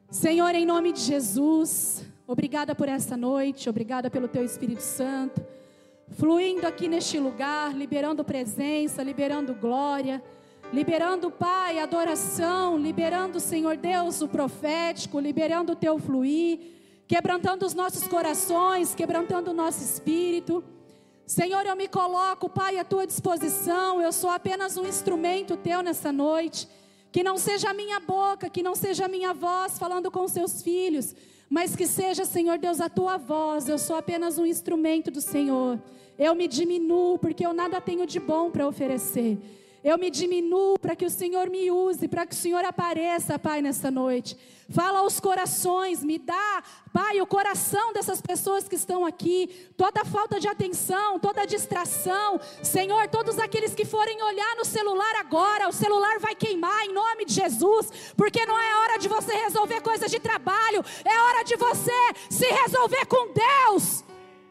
Senhor, em nome de Jesus, obrigada por essa noite, obrigada pelo Teu Espírito Santo, fluindo aqui neste lugar, liberando presença, liberando glória, liberando, Pai, adoração, liberando, Senhor Deus, o profético, liberando o Teu fluir, quebrantando os nossos corações, quebrantando o nosso espírito. Senhor, eu me coloco, Pai, à Tua disposição, eu sou apenas um instrumento Teu nessa noite. Que não seja a minha boca, que não seja a minha voz falando com os Seus filhos, mas que seja, Senhor Deus, a Tua voz. Eu sou apenas um instrumento do Senhor. Eu me diminuo porque eu nada tenho de bom para oferecer. Eu me diminuo para que o Senhor me use, para que o Senhor apareça, Pai, nessa noite. Fala aos corações, me dá, Pai, o coração dessas pessoas que estão aqui. Toda falta de atenção, toda distração. Senhor, todos aqueles que forem olhar no celular agora, o celular vai queimar em nome de Jesus. Porque não é hora de você resolver coisas de trabalho, é hora de você se resolver com Deus.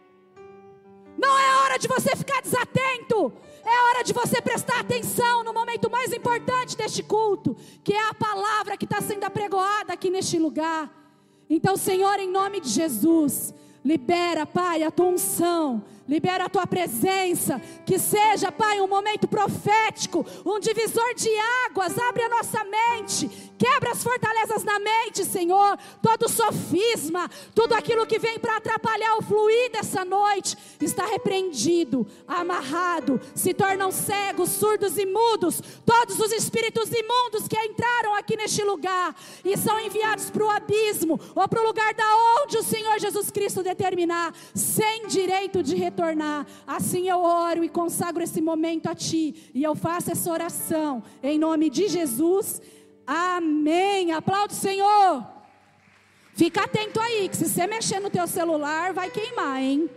Não é hora de você ficar desatento. É hora de você prestar atenção no momento mais importante deste culto, que é a palavra que está sendo apregoada aqui neste lugar. Então, Senhor, em nome de Jesus, libera, Pai, a Tua unção, libera a Tua presença, que seja, Pai, um momento profético, um divisor de águas. Abre a nossa mente, quebra as fortalezas na mente, Senhor, todo sofisma, tudo aquilo que vem para atrapalhar o fluir dessa noite, está repreendido, amarrado, se tornam cegos, surdos e mudos, todos os espíritos imundos que entraram aqui neste lugar, e são enviados para o abismo, ou para o lugar da onde o Senhor Jesus Cristo determinar, sem direito de retornar. Assim eu oro e consagro esse momento a Ti, e eu faço essa oração, em nome de Jesus. Amém. Aplaude o Senhor. Fica atento aí, que se você mexer no teu celular, vai queimar, hein?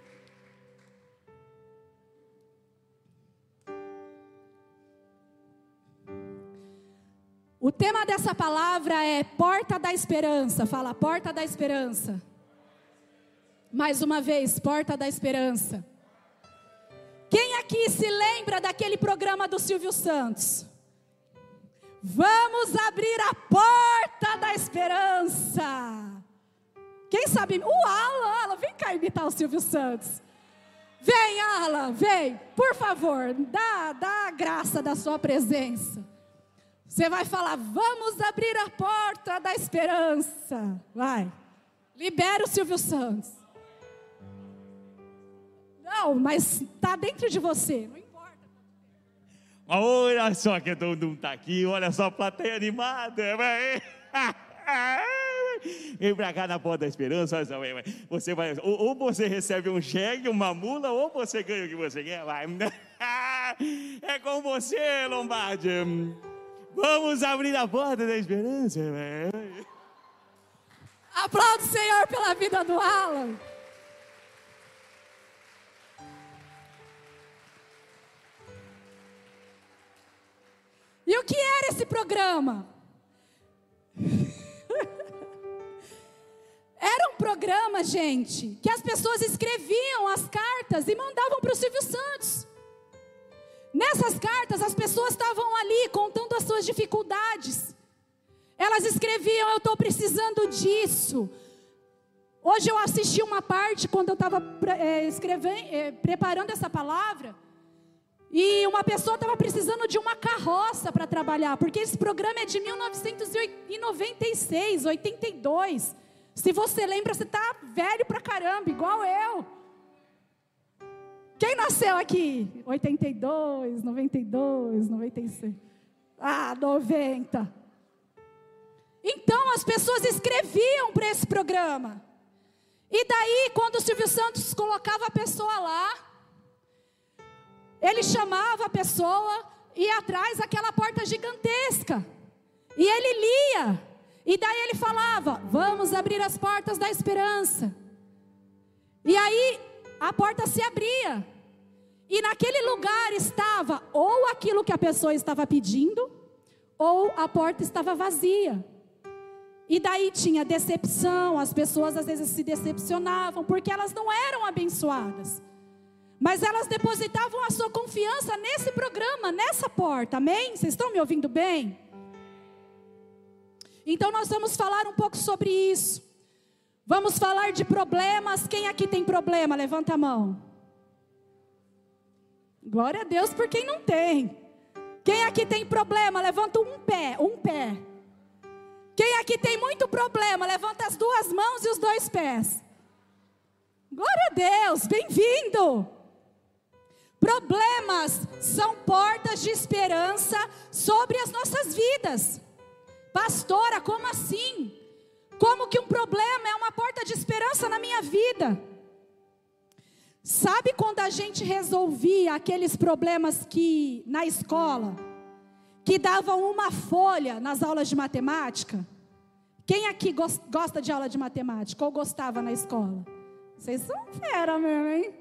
O tema dessa palavra é Porta da Esperança. Fala, Porta da Esperança. Mais uma vez, Porta da Esperança. Quem aqui se lembra daquele programa do Silvio Santos? Vamos abrir a porta da esperança. Quem sabe? O Alan, vem cá imitar o Silvio Santos. Vem, Alan, vem. Por favor, dá a graça da sua presença. Você vai falar, vamos abrir a porta da esperança. Vai. Libera o Silvio Santos. Não, mas está dentro de você, não importa. Olha só que todo mundo está aqui, olha só a plateia animada. Vem pra cá na Porta da Esperança. Olha só, você vai, ou você recebe um cheque, uma mula, ou você ganha o que você quer. Vai. É com você, Lombardi. Vamos abrir a Porta da Esperança. Aplaude o Senhor pela vida do Alan. E o que era esse programa? Era um programa, gente, que as pessoas escreviam as cartas e mandavam para o Silvio Santos. Nessas cartas, as pessoas estavam ali contando as suas dificuldades. Elas escreviam, eu estou precisando disso. Hoje eu assisti uma parte, quando eu estava preparando essa palavra, e uma pessoa estava precisando de uma carroça para trabalhar, porque esse programa é de 1996, 82. Se você lembra, você está velho pra caramba, igual eu. Quem nasceu aqui? 82, 92, 96. 90. Então as pessoas escreviam para esse programa. E daí, quando o Silvio Santos colocava a pessoa lá, ele chamava a pessoa, ia atrás daquela porta gigantesca. E ele lia. E daí ele falava, vamos abrir as portas da esperança. E aí a porta se abria. E naquele lugar estava ou aquilo que a pessoa estava pedindo, ou a porta estava vazia. E daí tinha decepção, as pessoas às vezes se decepcionavam, porque elas não eram abençoadas. Mas elas depositavam a sua confiança nesse programa, nessa porta, amém? Vocês estão me ouvindo bem? Então nós vamos falar um pouco sobre isso. Vamos falar de problemas. Quem aqui tem problema? Levanta a mão. Glória a Deus por quem não tem. Quem aqui tem problema? Levanta um pé. Quem aqui tem muito problema? Levanta as duas mãos e os dois pés. Glória a Deus, bem-vindo. Problemas são portas de esperança sobre as nossas vidas. Pastora, como assim? Como que um problema é uma porta de esperança na minha vida? Sabe quando a gente resolvia aqueles problemas que na escola, que davam uma folha nas aulas de matemática? Quem aqui gosta de aula de matemática ou gostava na escola? Vocês são fera mesmo, hein?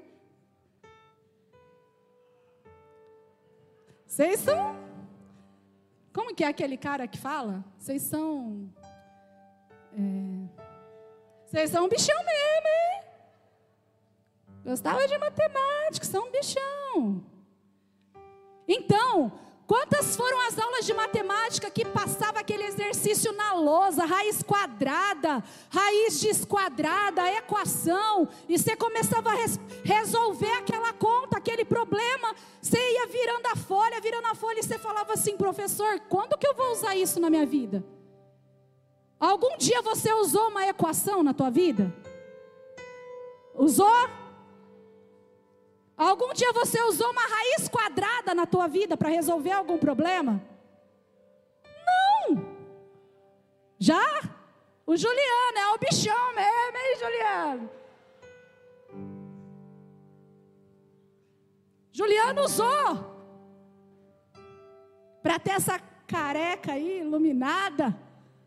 Vocês são... Como que é aquele cara que fala? Vocês são... Vocês são um bichão mesmo, hein? Gostava de matemática, são um bichão. Então, quantas foram as aulas de matemática que passava aquele exercício na lousa, raiz quadrada, raiz desquadrada, equação, e você começava a resolver aquela conta, aquele problema, você ia virando a folha, e você falava assim: professor, quando que eu vou usar isso na minha vida? Algum dia você usou uma equação na tua vida? Usou? Algum dia você usou uma raiz quadrada na tua vida para resolver algum problema? Não. Já? O Juliano é o bichão mesmo, hein, Juliano? Juliano usou para ter essa careca aí iluminada.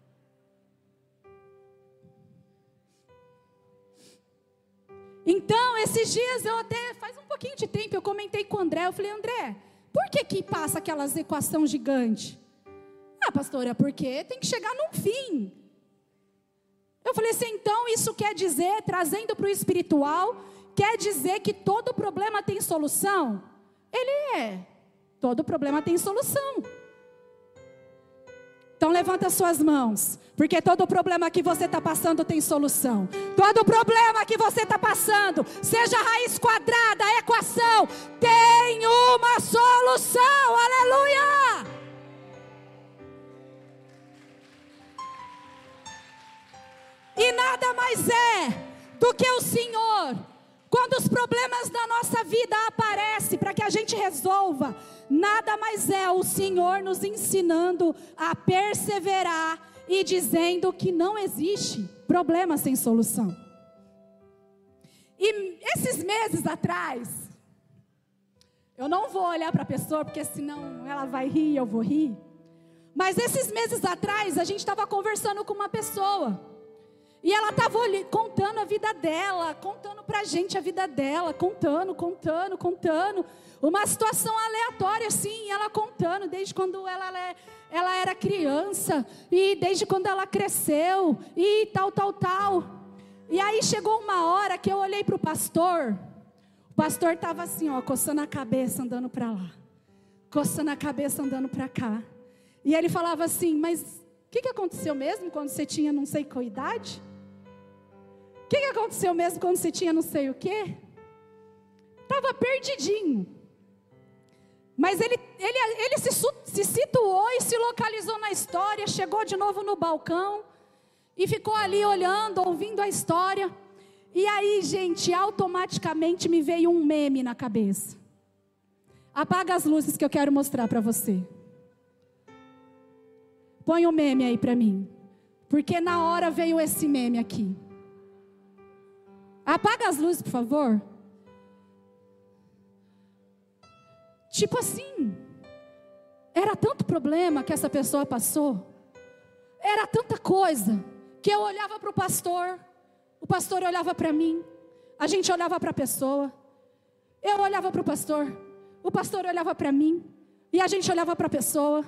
Então, esses dias, faz um pouquinho de tempo, eu comentei com o André, eu falei: André, por que passa aquelas equações gigantes? Ah, pastora, porque tem que chegar num fim. Eu falei assim: então isso quer dizer, trazendo para o espiritual, quer dizer que todo problema tem solução? Todo problema tem solução. Então levanta suas mãos, porque todo problema que você está passando tem solução. Todo problema que você está passando, seja raiz quadrada, equação, tem uma solução. Aleluia! E nada mais é do que o Senhor, quando os problemas da nossa vida aparecem para que a gente resolva, nada mais é o Senhor nos ensinando a perseverar e dizendo que não existe problema sem solução. E esses meses atrás, eu não vou olhar para a pessoa, porque senão ela vai rir e eu vou rir. Mas esses meses atrás, a gente estava conversando com uma pessoa. E ela estava contando a vida dela, contando para a gente a vida dela, contando. Uma situação aleatória assim, ela contando desde quando ela era criança, e desde quando ela cresceu, e tal. E aí chegou uma hora que eu olhei para o pastor estava assim, ó, coçando a cabeça, andando para lá, coçando a cabeça, andando para cá. E ele falava assim: mas o que aconteceu mesmo quando você tinha não sei qual idade? O que aconteceu mesmo quando você tinha não sei o quê? Estava perdidinho. Mas ele se situou e se localizou na história, chegou de novo no balcão e ficou ali olhando, ouvindo a história. E aí, gente, automaticamente me veio um meme na cabeça. Apaga as luzes que eu quero mostrar para você. Põe o meme aí para mim, porque na hora veio esse meme aqui. Apaga as luzes, por favor. Tipo assim, era tanto problema que essa pessoa passou, era tanta coisa, que eu olhava para o pastor olhava para mim, a gente olhava para a pessoa, eu olhava para o pastor olhava para mim, e a gente olhava para a pessoa,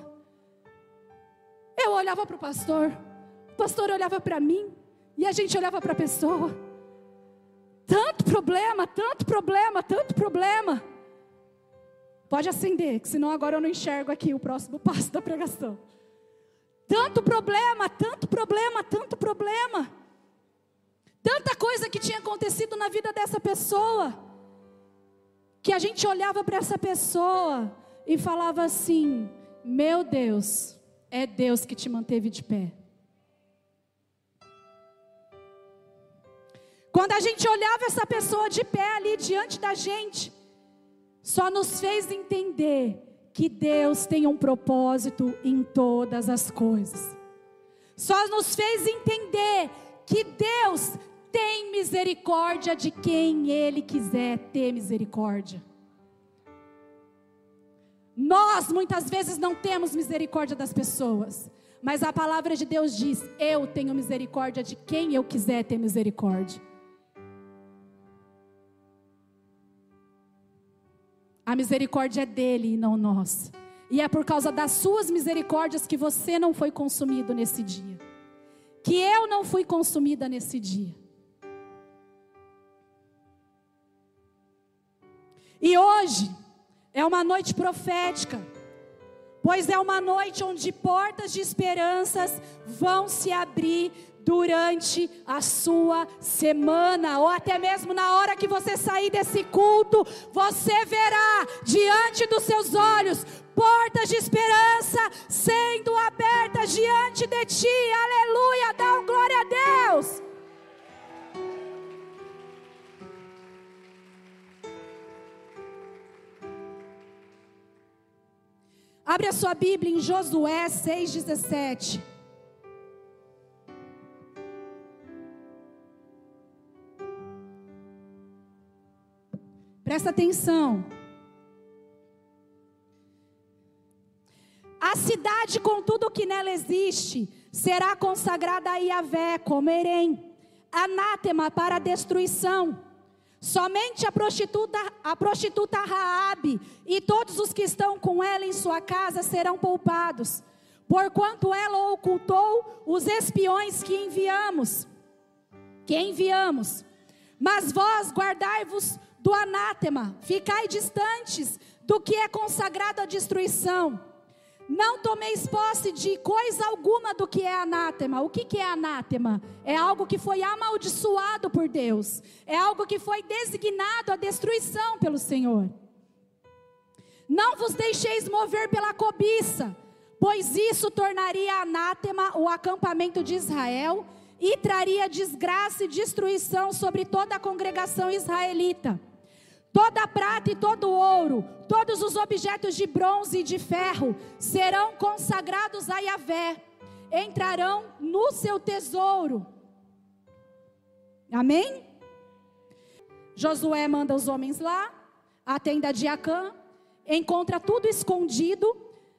eu olhava para o pastor olhava para mim, e a gente olhava para a pessoa. Tanto problema. Pode acender, que senão agora eu não enxergo aqui o próximo passo da pregação. Tanto problema, tanto problema, tanto problema. Tanta coisa que tinha acontecido na vida dessa pessoa, que a gente olhava para essa pessoa e falava assim: meu Deus, é Deus que te manteve de pé. Quando a gente olhava essa pessoa de pé ali diante da gente, só nos fez entender que Deus tem um propósito em todas as coisas. Só nos fez entender que Deus tem misericórdia de quem Ele quiser ter misericórdia. Nós muitas vezes não temos misericórdia das pessoas, mas a palavra de Deus diz: eu tenho misericórdia de quem eu quiser ter misericórdia. A misericórdia é dele e não nossa. E é por causa das suas misericórdias que você não foi consumido nesse dia, que eu não fui consumida nesse dia. E hoje é uma noite profética, pois é uma noite onde portas de esperanças vão se abrir durante a sua semana, ou até mesmo na hora que você sair desse culto, você verá diante dos seus olhos portas de esperança sendo abertas diante de ti. Aleluia, dá glória a Deus. Abre a sua Bíblia em Josué 6,17. Presta atenção. A cidade com tudo o que nela existe será consagrada a Yahvé como Herém, anátema para a destruição. Somente a prostituta Raabe e todos os que estão com ela em sua casa serão poupados, porquanto ela ocultou os espiões que enviamos. Mas vós guardai-vos do anátema, ficai distantes do que é consagrado à destruição. Não tomeis posse de coisa alguma do que é anátema. O que é anátema? É algo que foi amaldiçoado por Deus. É algo que foi designado à destruição pelo Senhor. Não vos deixeis mover pela cobiça, pois isso tornaria anátema o acampamento de Israel e traria desgraça e destruição sobre toda a congregação israelita. Toda a prata e todo o ouro, todos os objetos de bronze e de ferro serão consagrados a Yahvé, entrarão no seu tesouro. Amém? Josué manda os homens lá, a tenda de Acã, encontra tudo escondido,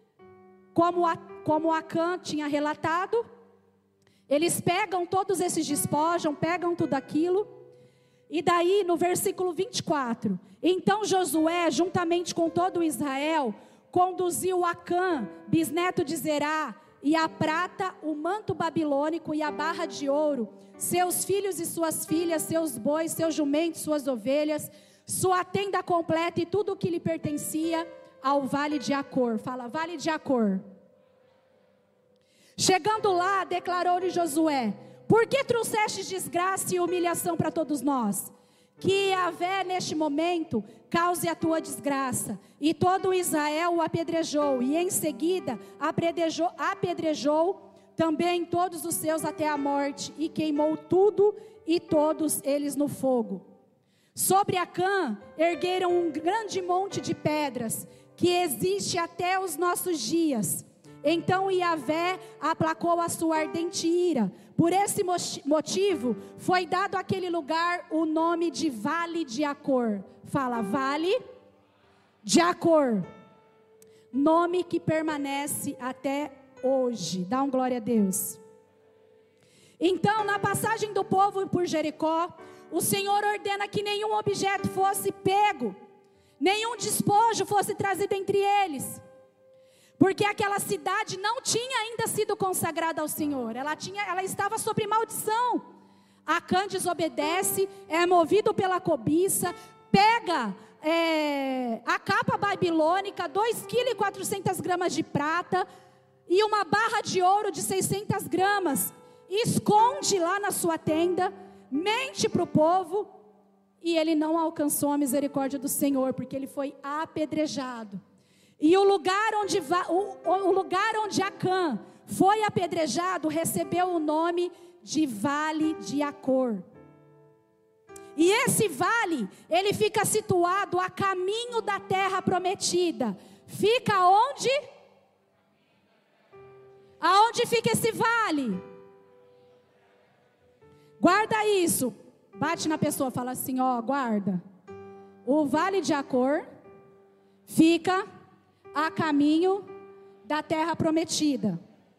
como Acã tinha relatado. Eles pegam todos esses despojos, pegam tudo aquilo. E daí no versículo 24, então Josué, juntamente com todo Israel, conduziu Acã, bisneto de Zerá, e a prata, o manto babilônico e a barra de ouro, seus filhos e suas filhas, seus bois, seus jumentos, suas ovelhas, sua tenda completa e tudo o que lhe pertencia, ao vale de Acor. Fala, vale de Acor. Chegando lá, declarou-lhe Josué: por que trouxeste desgraça e humilhação para todos nós? Que Yahvé neste momento cause a tua desgraça. E todo Israel o apedrejou, e em seguida apedrejou também todos os seus até a morte, e queimou tudo e todos eles no fogo. Sobre Acã ergueram um grande monte de pedras, que existe até os nossos dias. Então Yahvé aplacou a sua ardente ira. Por esse motivo foi dado àquele lugar o nome de Vale de Acor. Fala, Vale de Acor. Nome que permanece até hoje. Dá um glória a Deus. Então, na passagem do povo por Jericó, o Senhor ordena que nenhum objeto fosse pego, nenhum despojo fosse trazido entre eles. Porque aquela cidade não tinha ainda sido consagrada ao Senhor. Ela estava sob maldição. Acã desobedece, é movido pela cobiça, pega a capa babilônica, 2,4 kg de prata, e uma barra de ouro de 600 gramas, esconde lá na sua tenda, mente para o povo, e ele não alcançou a misericórdia do Senhor, porque ele foi apedrejado. E o lugar onde Acã foi apedrejado recebeu o nome de Vale de Acor. E esse vale, ele fica situado a caminho da terra prometida. Fica onde? Aonde fica esse vale? Guarda isso. Bate na pessoa, fala assim, ó, guarda. O Vale de Acor fica a caminho da terra prometida.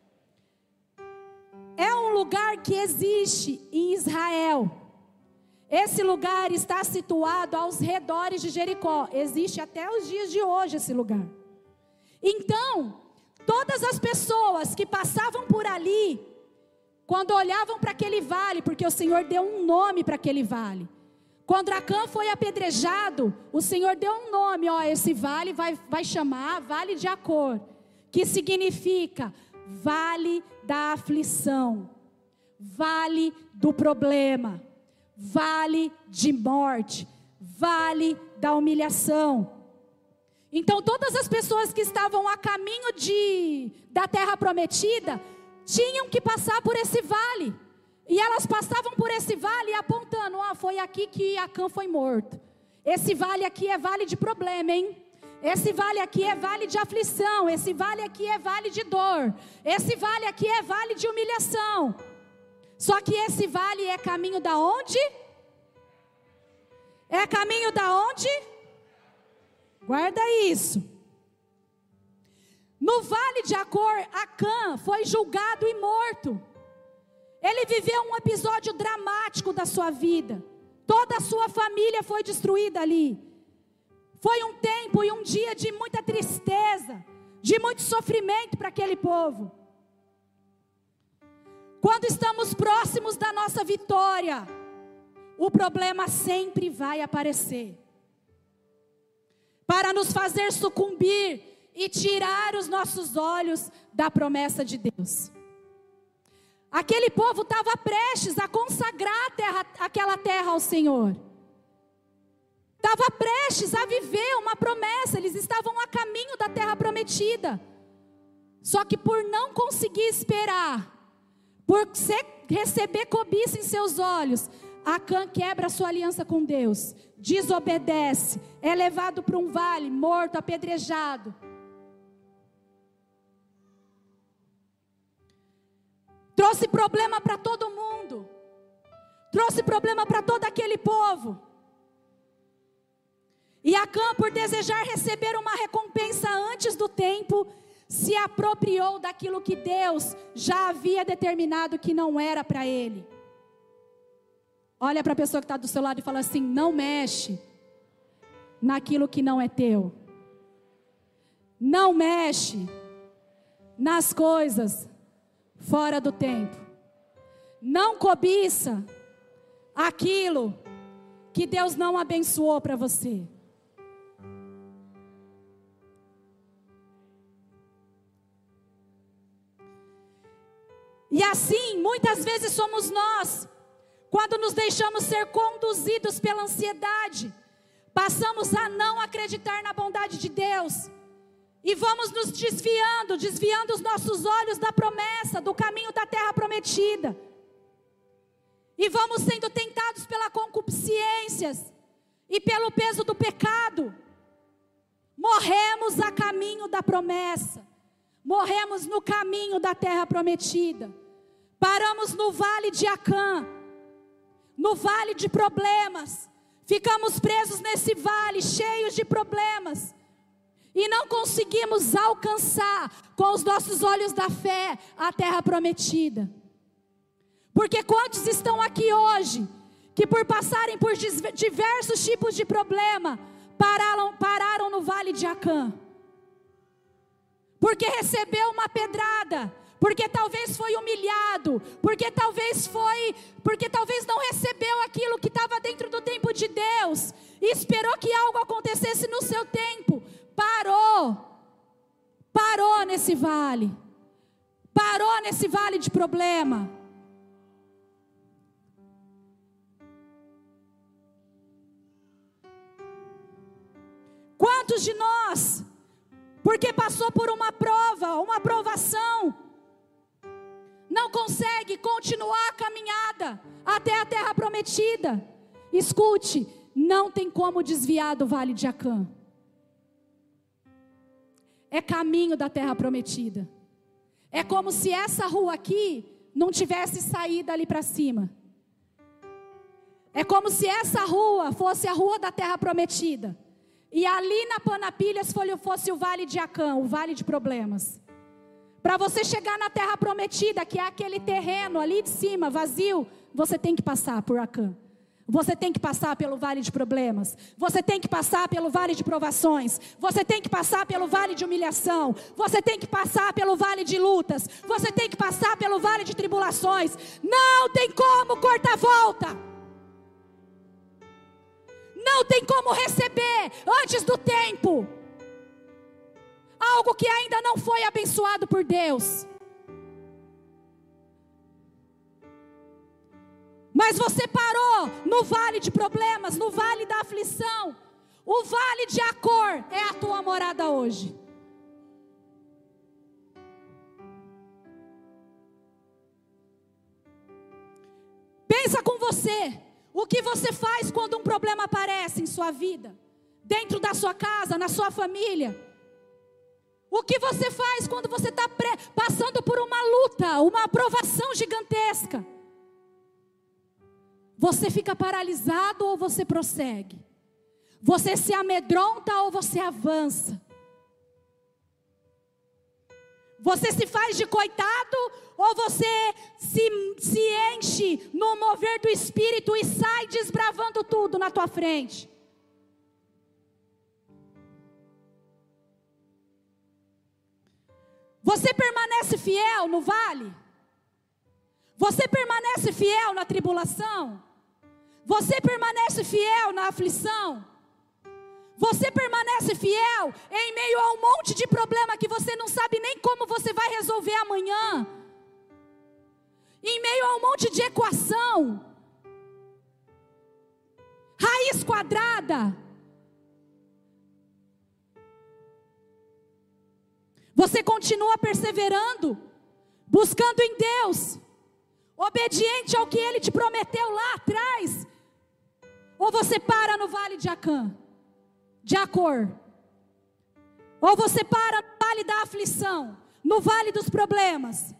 É um lugar que existe em Israel. Esse lugar está situado aos redores de Jericó. Existe até os dias de hoje esse lugar. Então, todas as pessoas que passavam por ali, quando olhavam para aquele vale, porque o Senhor deu um nome para aquele vale. Quando Acã foi apedrejado, o Senhor deu um nome, ó, esse vale vai chamar Vale de Acor, que significa Vale da aflição, Vale do problema, Vale de morte, Vale da humilhação. Então todas as pessoas que estavam a caminho da terra prometida, tinham que passar por esse vale. E elas passavam por esse vale apontando, ó, foi aqui que Acã foi morto. Esse vale aqui é vale de problema, hein? Esse vale aqui é vale de aflição. Esse vale aqui é vale de dor. Esse vale aqui é vale de humilhação. Só que esse vale é caminho da onde? É caminho da onde? Guarda isso. No Vale de Acor, Acã foi julgado e morto. Ele viveu um episódio dramático da sua vida. Toda a sua família foi destruída ali. Foi um tempo e um dia de muita tristeza, de muito sofrimento para aquele povo. Quando estamos próximos da nossa vitória, o problema sempre vai aparecer, para nos fazer sucumbir e tirar os nossos olhos da promessa de Deus. Aquele povo estava prestes a consagrar aquela terra ao Senhor. Estava prestes a viver uma promessa. Eles estavam a caminho da terra prometida. Só que por não conseguir esperar, por receber cobiça em seus olhos, Acã quebra a sua aliança com Deus, desobedece, é levado para um vale, morto, apedrejado. Trouxe problema para todo mundo. Trouxe problema para todo aquele povo. E Acã, por desejar receber uma recompensa antes do tempo, se apropriou daquilo que Deus já havia determinado que não era para ele. Olha para a pessoa que está do seu lado e fala assim: não mexe naquilo que não é teu. Não mexe nas coisas fora do tempo. Não cobiça aquilo que Deus não abençoou para você. E assim, muitas vezes somos nós, quando nos deixamos ser conduzidos pela ansiedade, passamos a não acreditar na bondade de Deus, e vamos nos desviando os nossos olhos da promessa, do caminho da terra prometida, e vamos sendo tentados pela concupiscências, e pelo peso do pecado, morremos a caminho da promessa, morremos no caminho da terra prometida, paramos no vale de Acã, no vale de problemas, ficamos presos nesse vale, cheios de problemas, e não conseguimos alcançar com os nossos olhos da fé a terra prometida. Porque quantos estão aqui hoje, que por passarem por diversos tipos de problema, pararam no vale de Acã, porque recebeu uma pedrada, porque talvez foi humilhado, porque talvez não recebeu aquilo que estava dentro do tempo de Deus, e esperou que algo acontecesse no seu tempo, parou nesse vale, parou nesse vale de problema. Quantos de nós, porque passou por uma prova, uma provação, não consegue continuar a caminhada até a terra prometida? Escute, não tem como desviar do vale de Acã. É caminho da terra prometida. É como se essa rua aqui não tivesse saída ali para cima. É como se essa rua fosse a rua da terra prometida. E ali na Panapilhas fosse o vale de Acã, o vale de problemas. Para você chegar na terra prometida, que é aquele terreno ali de cima, vazio, você tem que passar por Acã. Você tem que passar pelo vale de problemas. Você tem que passar pelo vale de provações. Você tem que passar pelo vale de humilhação. Você tem que passar pelo vale de lutas. Você tem que passar pelo vale de tribulações. Não tem como cortar volta. Não tem como receber antes do tempo algo que ainda não foi abençoado por Deus. Mas você parou no vale de problemas, no vale da aflição. O vale de Acor é a tua morada hoje. Pensa com você. O que você faz quando um problema aparece em sua vida? Dentro da sua casa, na sua família? O que você faz quando você está passando por uma luta, uma provação gigantesca? Você fica paralisado ou você prossegue? Você se amedronta ou você avança? Você se faz de coitado ou você se enche no mover do Espírito e sai desbravando tudo na tua frente? Você permanece fiel no vale? Você permanece fiel na tribulação? Você permanece fiel na aflição? Você permanece fiel em meio a um monte de problema que você não sabe nem como você vai resolver amanhã? Em meio a um monte de equação, raiz quadrada. Você continua perseverando, buscando em Deus, obediente ao que Ele te prometeu lá atrás? Ou você para no vale de Acã, de Acor? Ou você para no vale da aflição, no vale dos problemas?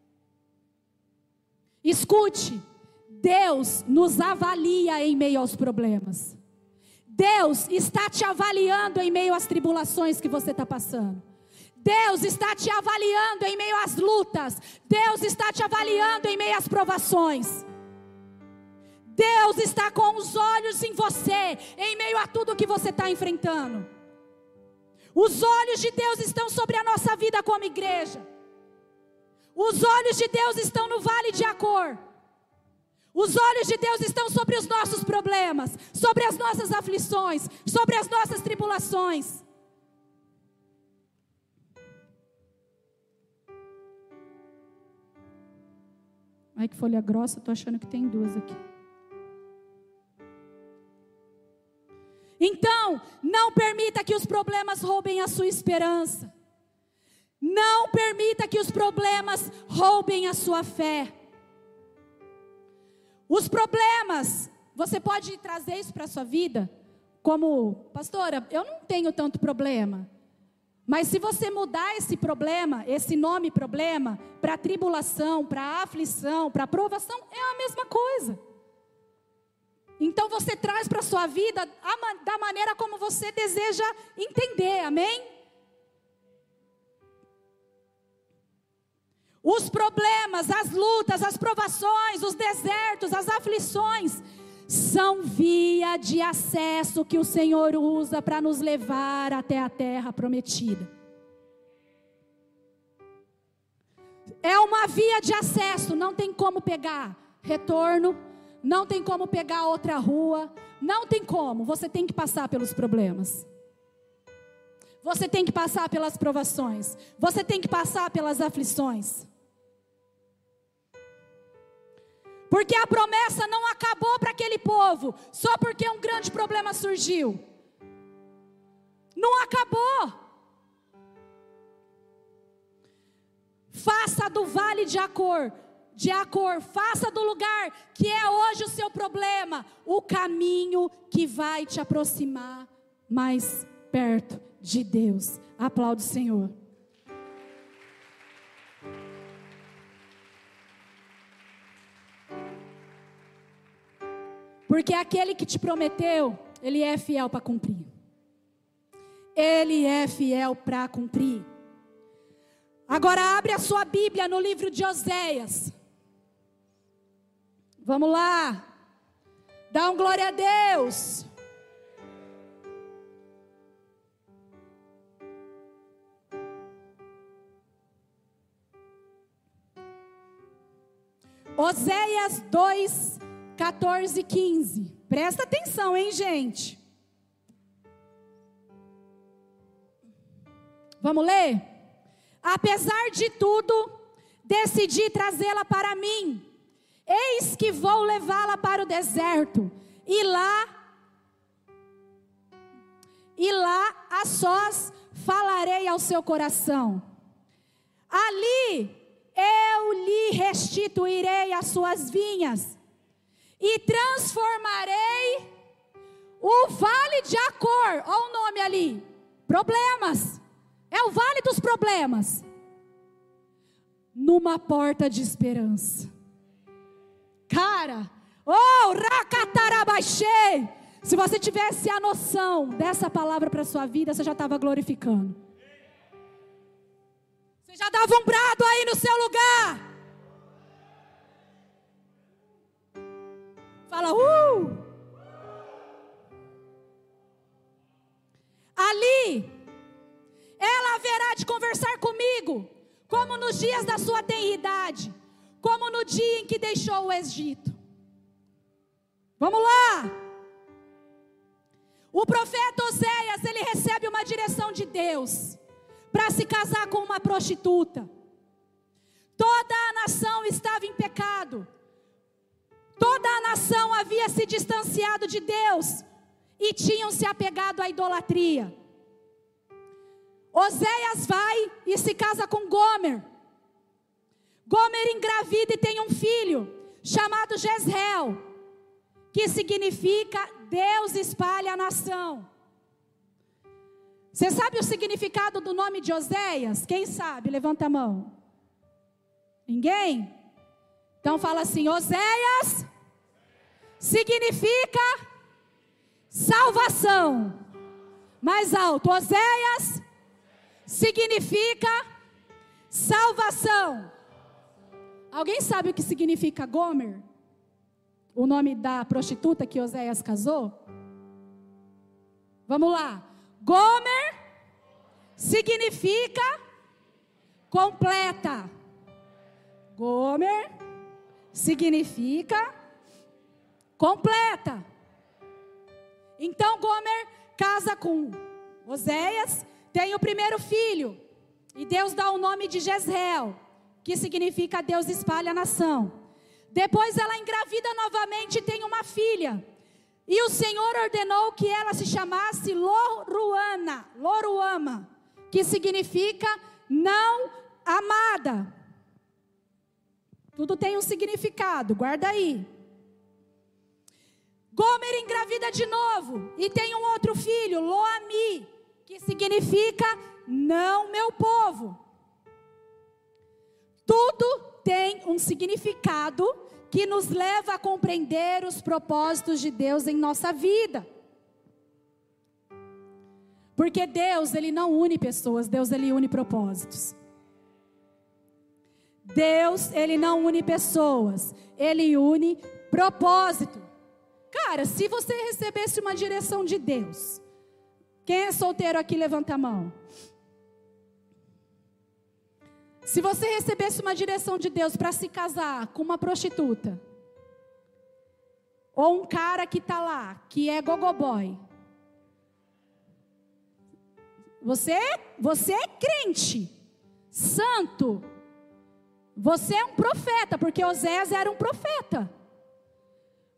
Escute, Deus nos avalia em meio aos problemas. Deus está te avaliando em meio às tribulações que você está passando. Deus está te avaliando em meio às lutas. Deus está te avaliando em meio às provações. Deus está com os olhos em você, em meio a tudo que você está enfrentando. Os olhos de Deus estão sobre a nossa vida como igreja. Os olhos de Deus estão no vale de Acor. Os olhos de Deus estão sobre os nossos problemas, sobre as nossas aflições, sobre as nossas tribulações. Ai, que folha grossa, estou achando que tem duas aqui. Então, não permita que os problemas roubem a sua esperança. Não permita que os problemas roubem a sua fé. Os problemas, você pode trazer isso para a sua vida, como, pastora, eu não tenho tanto problema. Mas se você mudar esse problema, esse nome problema, para tribulação, para aflição, para provação, é a mesma coisa. Então você traz para a sua vida da maneira como você deseja entender, amém? Os problemas, as lutas, as provações, os desertos, as aflições, são via de acesso que o Senhor usa para nos levar até a terra prometida. É uma via de acesso, não tem como pegar retorno, não tem como pegar outra rua, não tem como, você tem que passar pelos problemas. Você tem que passar pelas provações, você tem que passar pelas aflições. Porque a promessa não acabou para aquele povo, só porque um grande problema surgiu. Não acabou. Faça do vale de Acor, faça do lugar que é hoje o seu problema, o caminho que vai te aproximar mais perto de Deus. Aplaude o Senhor. Porque aquele que te prometeu, ele é fiel para cumprir. Ele é fiel para cumprir. Agora abre a sua Bíblia no livro de Oséias. Vamos lá. Dá um glória a Deus. Oséias 2, 14 e 15. Presta atenção, hein, gente? Vamos ler? Apesar de tudo, decidi trazê-la para mim. Eis que vou levá-la para o deserto, e lá a sós falarei ao seu coração. Ali eu lhe restituirei as suas vinhas, e transformarei o vale de Acor. Olha o nome ali, problemas. É o vale dos problemas, numa porta de esperança. Cara, racatarabaixei. Se você tivesse a noção dessa palavra para a sua vida, você já estava glorificando. Você já dava um brado aí no seu lugar. Fala, Ali, ela haverá de conversar comigo, como nos dias da sua tenridade, como no dia em que deixou o Egito. Vamos lá. O profeta Oséias, ele recebe uma direção de Deus para se casar com uma prostituta. Toda a nação estava em pecado. Toda a nação havia se distanciado de Deus e tinham se apegado à idolatria. Oséias vai e se casa com Gomer. Gomer engravida e tem um filho chamado Jezreel, que significa Deus espalha a nação. Você sabe o significado do nome de Oséias? Quem sabe? Levanta a mão. Ninguém? Então fala assim: Oséias significa salvação. Mais alto. Oséias significa salvação. Alguém sabe o que significa Gomer? O nome da prostituta que Oséias casou? Vamos lá. Gomer significa completa. Gomer significa completa. Então Gomer casa com Oséias, tem o primeiro filho, e Deus dá o nome de Jezreel, que significa Deus espalha a nação. Depois ela engravida novamente e tem uma filha, e o Senhor ordenou que ela se chamasse Loruama, que significa não amada. Tudo tem um significado, guarda aí. Gomer engravida de novo e tem um outro filho, Loami, que significa não meu povo. Tudo tem um significado que nos leva a compreender os propósitos de Deus em nossa vida. Porque Deus, Ele não une pessoas, Deus, Ele une propósitos. Deus, Ele não une pessoas, Ele une propósito. Cara, se você recebesse uma direção de Deus, quem é solteiro aqui, levanta a mão. Se você recebesse uma direção de Deus para se casar com uma prostituta, ou um cara que está lá, que é gogoboy, você é crente, santo, você é um profeta, porque Oséias era um profeta.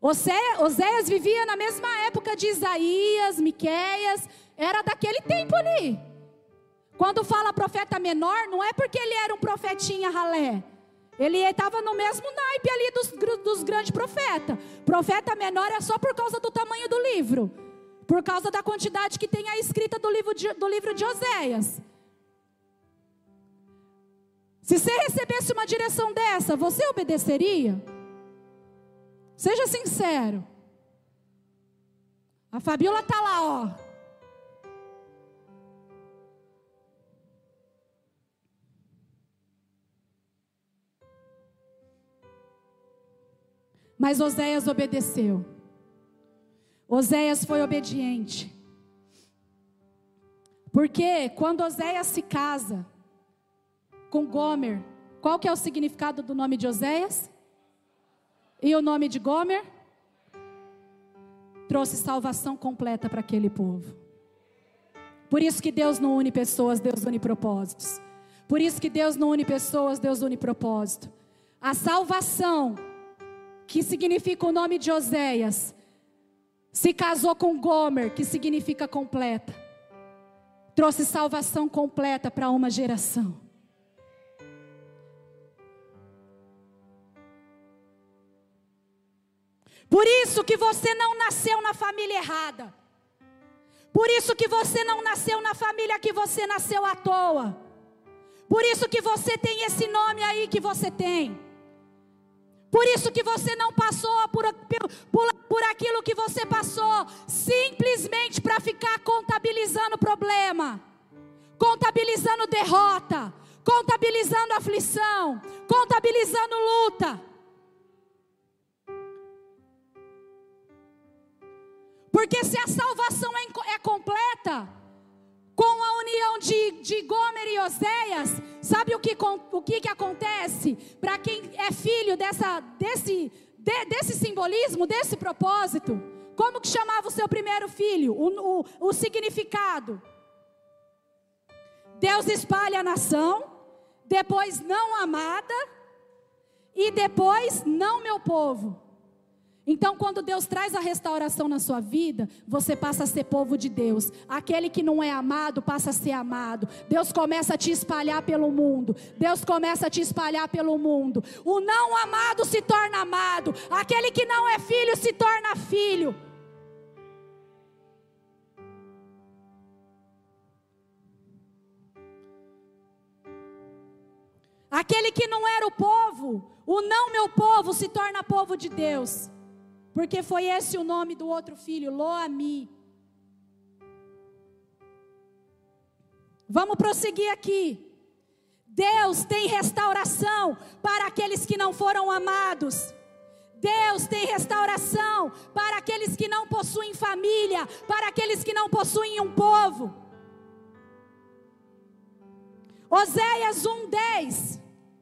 Oséias vivia na mesma época de Isaías, Miqueias, era daquele tempo ali. Quando fala profeta menor, não é porque ele era um profetinha ralé. Ele estava no mesmo naipe ali dos grandes profetas. Profeta menor é só por causa do tamanho do livro, por causa da quantidade que tem a escrita do livro de Oséias. Se você recebesse uma direção dessa, você obedeceria? Seja sincero. A Fabiola está lá, ó. Mas Oséias obedeceu. Oséias foi obediente. Porque quando Oséias se casa com Gomer, qual que é o significado do nome de Oséias? E o nome de Gomer? Trouxe salvação completa para aquele povo. Por isso que Deus não une pessoas, Deus une propósitos. Por isso que Deus não une pessoas, Deus une propósito. A salvação, que significa o nome de Oséias, se casou com Gomer, que significa completa. Trouxe salvação completa para uma geração. Por isso que você não nasceu na família errada. Por isso que você não nasceu na família que você nasceu à toa. Por isso que você tem esse nome aí que você tem. Por isso que você não passou por aquilo que você passou, simplesmente para ficar contabilizando problema, contabilizando derrota, contabilizando aflição, contabilizando luta. Porque se a salvação é completa, com a união de Gomer e Oséias, sabe o que acontece? Para quem é filho desse simbolismo, desse propósito, como que chamava o seu primeiro filho? O significado. Deus espalha a nação, depois não amada, e depois não meu povo. Então, quando Deus traz a restauração na sua vida, você passa a ser povo de Deus. Aquele que não é amado passa a ser amado. Deus começa a te espalhar pelo mundo. Deus começa a te espalhar pelo mundo. O não amado se torna amado. Aquele que não é filho se torna filho. Aquele que não era o povo, o não meu povo, se torna povo de Deus. Porque foi esse o nome do outro filho, Lo-Ami. Vamos prosseguir aqui. Deus tem restauração para aqueles que não foram amados. Deus tem restauração para aqueles que não possuem família, para aqueles que não possuem um povo. Oséias 1:10.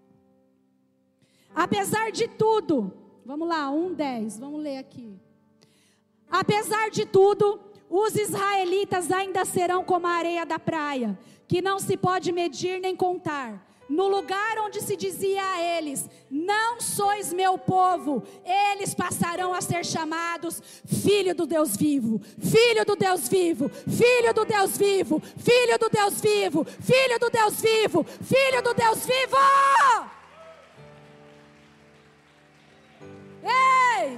Apesar de tudo, vamos lá, 1:10, vamos ler aqui. Apesar de tudo, os israelitas ainda serão como a areia da praia, que não se pode medir nem contar. No lugar onde se dizia a eles, não sois meu povo, eles passarão a ser chamados filho do Deus vivo, filho do Deus vivo, filho do Deus vivo, filho do Deus vivo, filho do Deus vivo, filho do Deus vivo. Ei!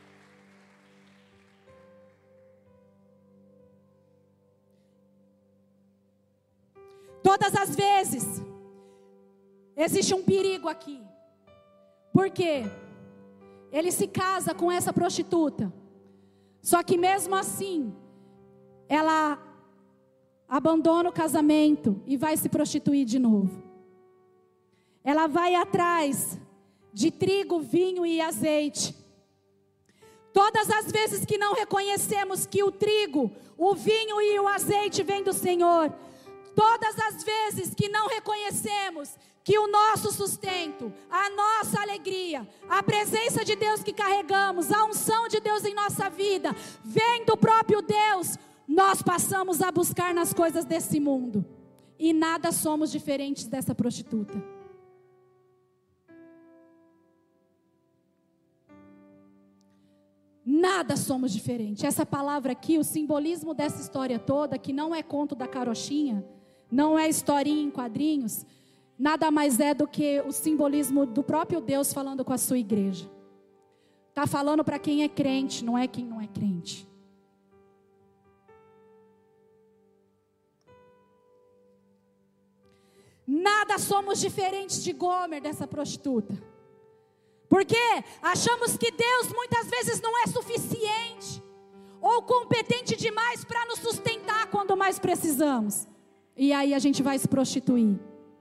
Todas as vezes existe um perigo aqui. Por quê? Ele se casa com essa prostituta. Só que mesmo assim, ela abandona o casamento e vai se prostituir de novo. Ela vai atrás de trigo, vinho e azeite. Todas as vezes que não reconhecemos que o trigo, o vinho e o azeite vêm do Senhor, todas as vezes que não reconhecemos que o nosso sustento, a nossa alegria, a presença de Deus que carregamos, a unção de Deus em nossa vida, vem do próprio Deus, nós passamos a buscar nas coisas desse mundo. E nada somos diferentes dessa prostituta. Nada somos diferentes. Essa palavra aqui, o simbolismo dessa história toda, que não é conto da carochinha, não é historinha em quadrinhos, nada mais é do que o simbolismo do próprio Deus falando com a sua igreja. Está falando para quem é crente, não é quem não é crente. Nada somos diferentes de Gomer, dessa prostituta. Porque achamos que Deus muitas vezes não é suficiente ou competente demais para nos sustentar quando mais precisamos. E aí a gente vai se prostituir.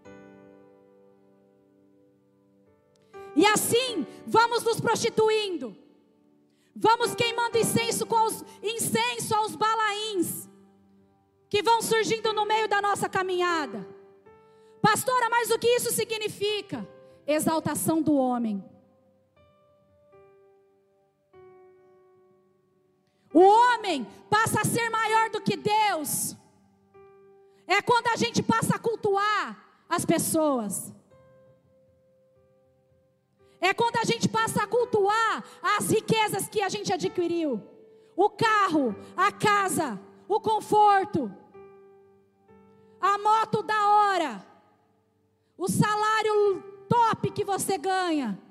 E assim vamos nos prostituindo. Vamos queimando incenso aos balaíns que vão surgindo no meio da nossa caminhada. Pastora, mas o que isso significa? Exaltação do homem. O homem passa a ser maior do que Deus. É quando a gente passa a cultuar as pessoas. É quando a gente passa a cultuar as riquezas que a gente adquiriu. O carro, a casa, o conforto, a moto da hora, o salário top que você ganha.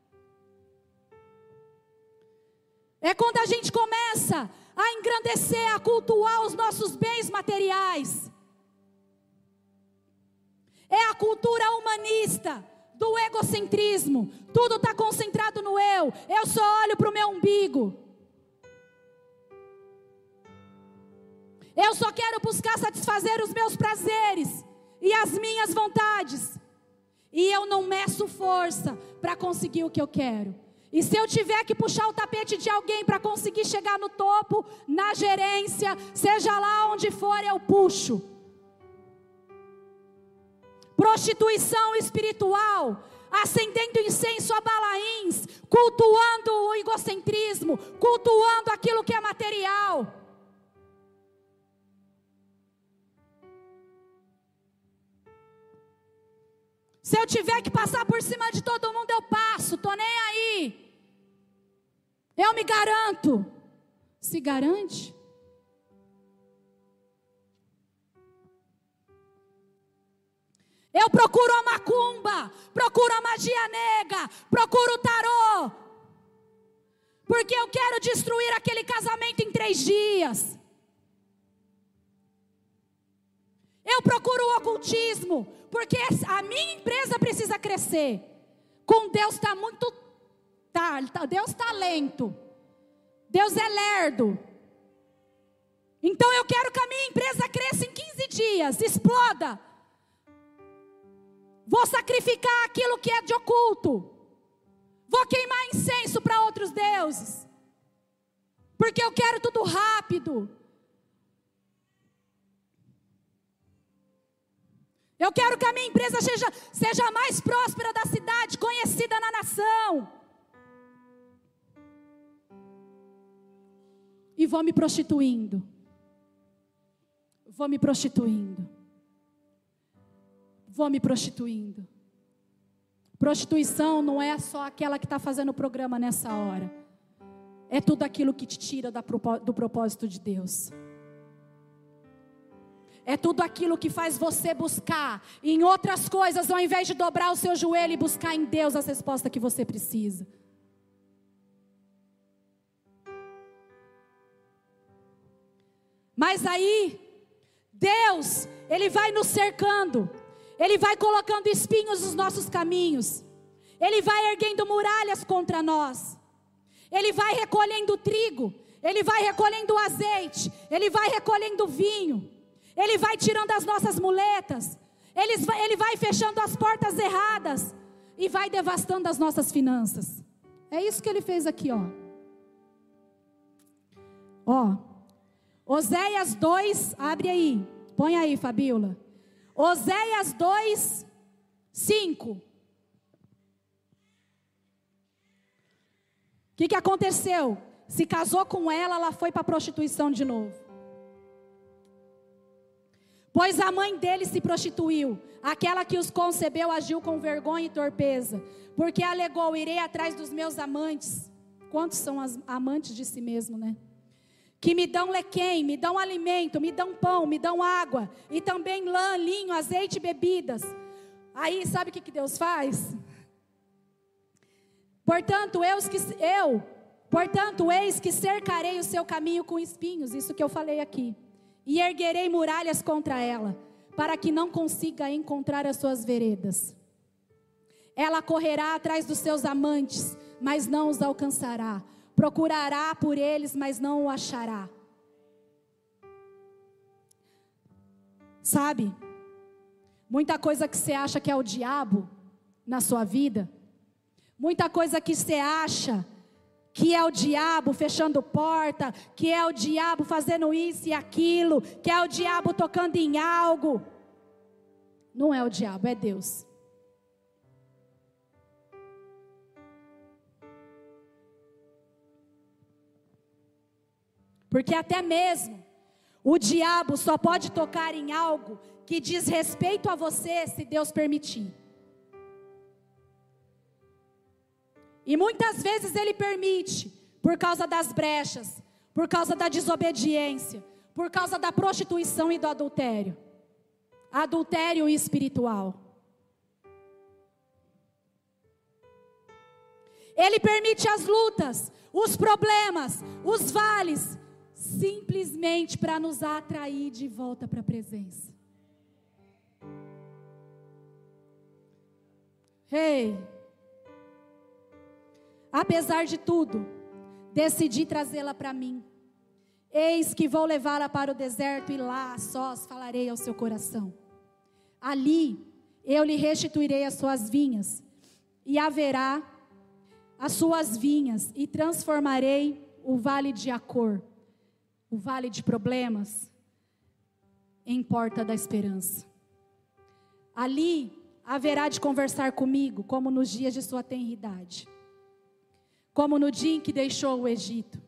É quando a gente começa a engrandecer, a cultuar os nossos bens materiais. É a cultura humanista do egocentrismo. Tudo está concentrado no eu. Eu só olho para o meu umbigo. Eu só quero buscar satisfazer os meus prazeres e as minhas vontades. E eu não meço força para conseguir o que eu quero. E se eu tiver que puxar o tapete de alguém para conseguir chegar no topo, na gerência, seja lá onde for, eu puxo. Prostituição espiritual, acendendo incenso a balaíns, cultuando o egocentrismo, cultuando aquilo que é material. Se eu tiver que passar por cima de todo mundo, eu passo, estou nem aí. Eu me garanto. Se garante? Eu procuro a macumba, procuro a magia negra, procuro o tarô. Porque eu quero destruir aquele casamento em 3 dias. Eu procuro o ocultismo, porque a minha empresa precisa crescer. Com Deus está muito Deus está lento. Deus é lerdo. Então eu quero que a minha empresa cresça em 15 dias, exploda. Vou sacrificar aquilo que é de oculto. Vou queimar incenso para outros deuses. Porque eu quero tudo rápido. Eu quero que a minha empresa seja a mais próspera da cidade, conhecida na nação. E vou me prostituindo. Vou me prostituindo. Vou me prostituindo. Prostituição não é só aquela que está fazendo o programa nessa hora. É tudo aquilo que te tira do propósito de Deus. É tudo aquilo que faz você buscar em outras coisas, ao invés de dobrar o seu joelho e buscar em Deus a resposta que você precisa. Mas aí, Deus, Ele vai nos cercando, Ele vai colocando espinhos nos nossos caminhos, Ele vai erguendo muralhas contra nós, Ele vai recolhendo trigo, Ele vai recolhendo azeite, Ele vai recolhendo vinho, Ele vai tirando as nossas muletas, Ele vai fechando as portas erradas e vai devastando as nossas finanças. É isso que Ele fez aqui, ó. Oséias 2, abre aí, põe aí, Fabíola. Oséias 2, 5. O que aconteceu? Se casou com ela, ela foi para a prostituição de novo. Pois a mãe dele se prostituiu, aquela que os concebeu agiu com vergonha e torpeza, porque alegou: irei atrás dos meus amantes, Quantos são amantes de si mesmo, né? Que me dão lequém, me dão alimento, me dão pão, me dão água, e também lã, linho, azeite e bebidas. Aí, sabe o que Deus faz? Portanto, eis que cercarei o seu caminho com espinhos, isso que eu falei aqui, e erguerei muralhas contra ela, para que não consiga encontrar as suas veredas. Ela correrá atrás dos seus amantes, mas não os alcançará. Procurará por eles, mas não o achará. Sabe? Muita coisa que você acha que é o diabo na sua vida, muita coisa que você acha que é o diabo fechando porta, que é o diabo fazendo isso e aquilo, que é o diabo tocando em algo. Não é o diabo, é Deus. Porque até mesmo o diabo só pode tocar em algo que diz respeito a você, se Deus permitir. E muitas vezes ele permite, por causa das brechas, por causa da desobediência, por causa da prostituição e do adultério. Adultério espiritual. Ele permite as lutas, os problemas, os vales, simplesmente para nos atrair de volta para a presença. Ei! Apesar de tudo, decidi trazê-la para mim. Eis que vou levá-la para o deserto e lá, sós, falarei ao seu coração. Ali, eu lhe restituirei as suas vinhas, e haverá as suas vinhas, e transformarei o vale de Acor, o vale de problemas, em porta da esperança. Ali, haverá de conversar comigo, como nos dias de sua tenridade, como no dia em que deixou o Egito.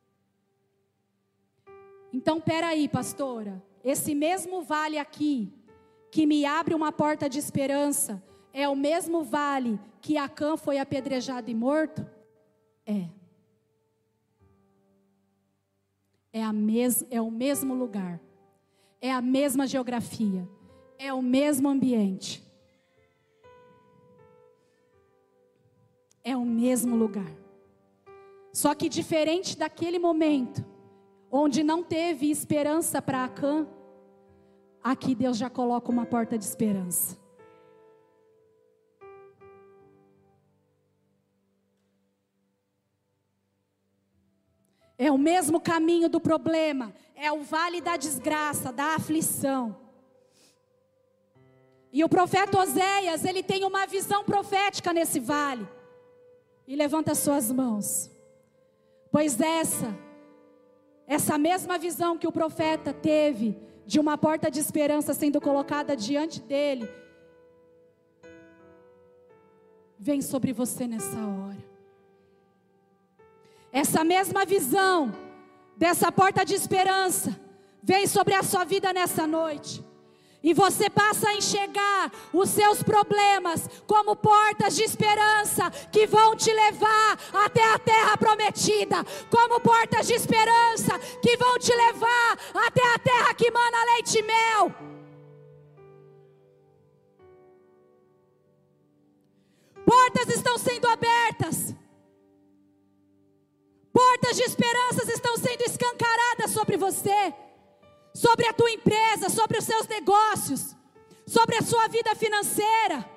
Então, peraí, pastora, esse mesmo vale aqui, que me abre uma porta de esperança, é o mesmo vale que Acã foi apedrejado e morto? É. É o mesmo lugar, é a mesma geografia, é o mesmo ambiente, é o mesmo lugar. Só que diferente daquele momento, onde não teve esperança para Acã, aqui Deus já coloca uma porta de esperança. É o mesmo caminho do problema, é o vale da desgraça, da aflição. E o profeta Oséias, ele tem uma visão profética nesse vale. E levanta as suas mãos. Pois essa mesma visão que o profeta teve, de uma porta de esperança sendo colocada diante dele, vem sobre você nessa hora. Essa mesma visão dessa porta de esperança vem sobre a sua vida nessa noite. E você passa a enxergar os seus problemas como portas de esperança que vão te levar até a terra prometida. Como portas de esperança que vão te levar até a terra que mana leite e mel. Portas estão sendo abertas. Portas de esperanças estão sendo escancaradas sobre você, sobre a tua empresa, sobre os seus negócios, sobre a sua vida financeira.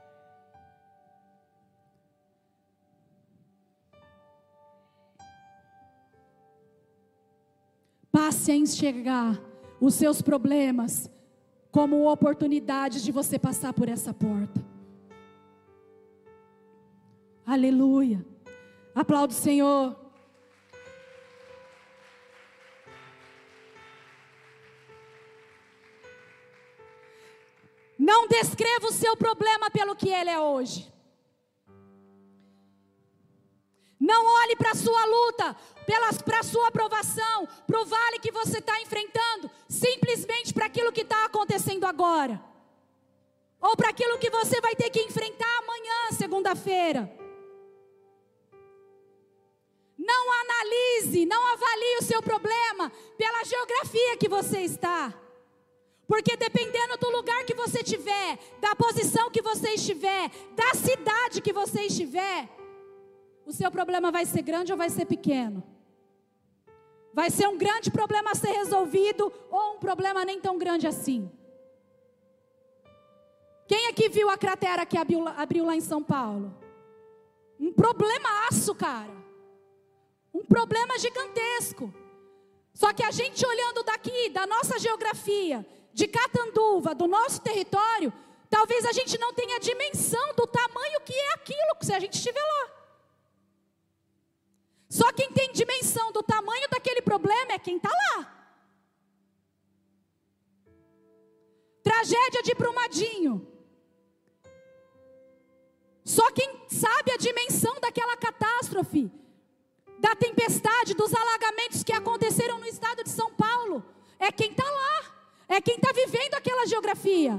Passe a enxergar os seus problemas como oportunidade de você passar por essa porta. Aleluia. Aplauda o Senhor. Não descreva o seu problema pelo que ele é hoje. Não olhe para a sua luta, para a sua aprovação, para o vale que você está enfrentando, simplesmente para aquilo que está acontecendo agora. Ou para aquilo que você vai ter que enfrentar amanhã, segunda-feira. Não analise, não avalie o seu problema pela geografia que você está. Porque dependendo do lugar que você estiver, da posição que você estiver, da cidade que você estiver, o seu problema vai ser grande ou vai ser pequeno? Vai ser um grande problema a ser resolvido ou um problema nem tão grande assim? Quem aqui viu a cratera que abriu lá em São Paulo? Um problemaço, cara. Um problema gigantesco. Só que a gente olhando daqui, da nossa geografia, de Catanduva, do nosso território, talvez a gente não tenha dimensão do tamanho que é aquilo, se a gente estiver lá. Só quem tem dimensão do tamanho daquele problema é quem está lá. Tragédia de Brumadinho. Só quem sabe a dimensão daquela catástrofe, da tempestade, dos alagamentos que aconteceram no estado de São Paulo, é quem está lá, é quem está vivendo aquela geografia.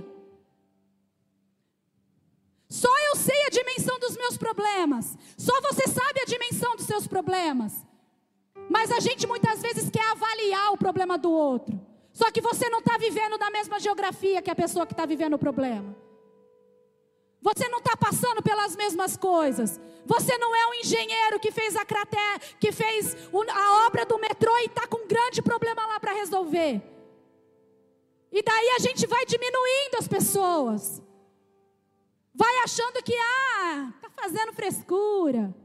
Só eu sei a dimensão dos meus problemas, só você sabe a dimensão dos seus problemas. Mas a gente muitas vezes quer avaliar o problema do outro, só que você não está vivendo na mesma geografia que a pessoa que está vivendo o problema. Você não está passando pelas mesmas coisas. Você não é um engenheiro que fez a cratera, que fez a obra do metrô e está com um grande problema lá para resolver. E daí a gente vai diminuindo as pessoas. Vai achando que, está fazendo frescura.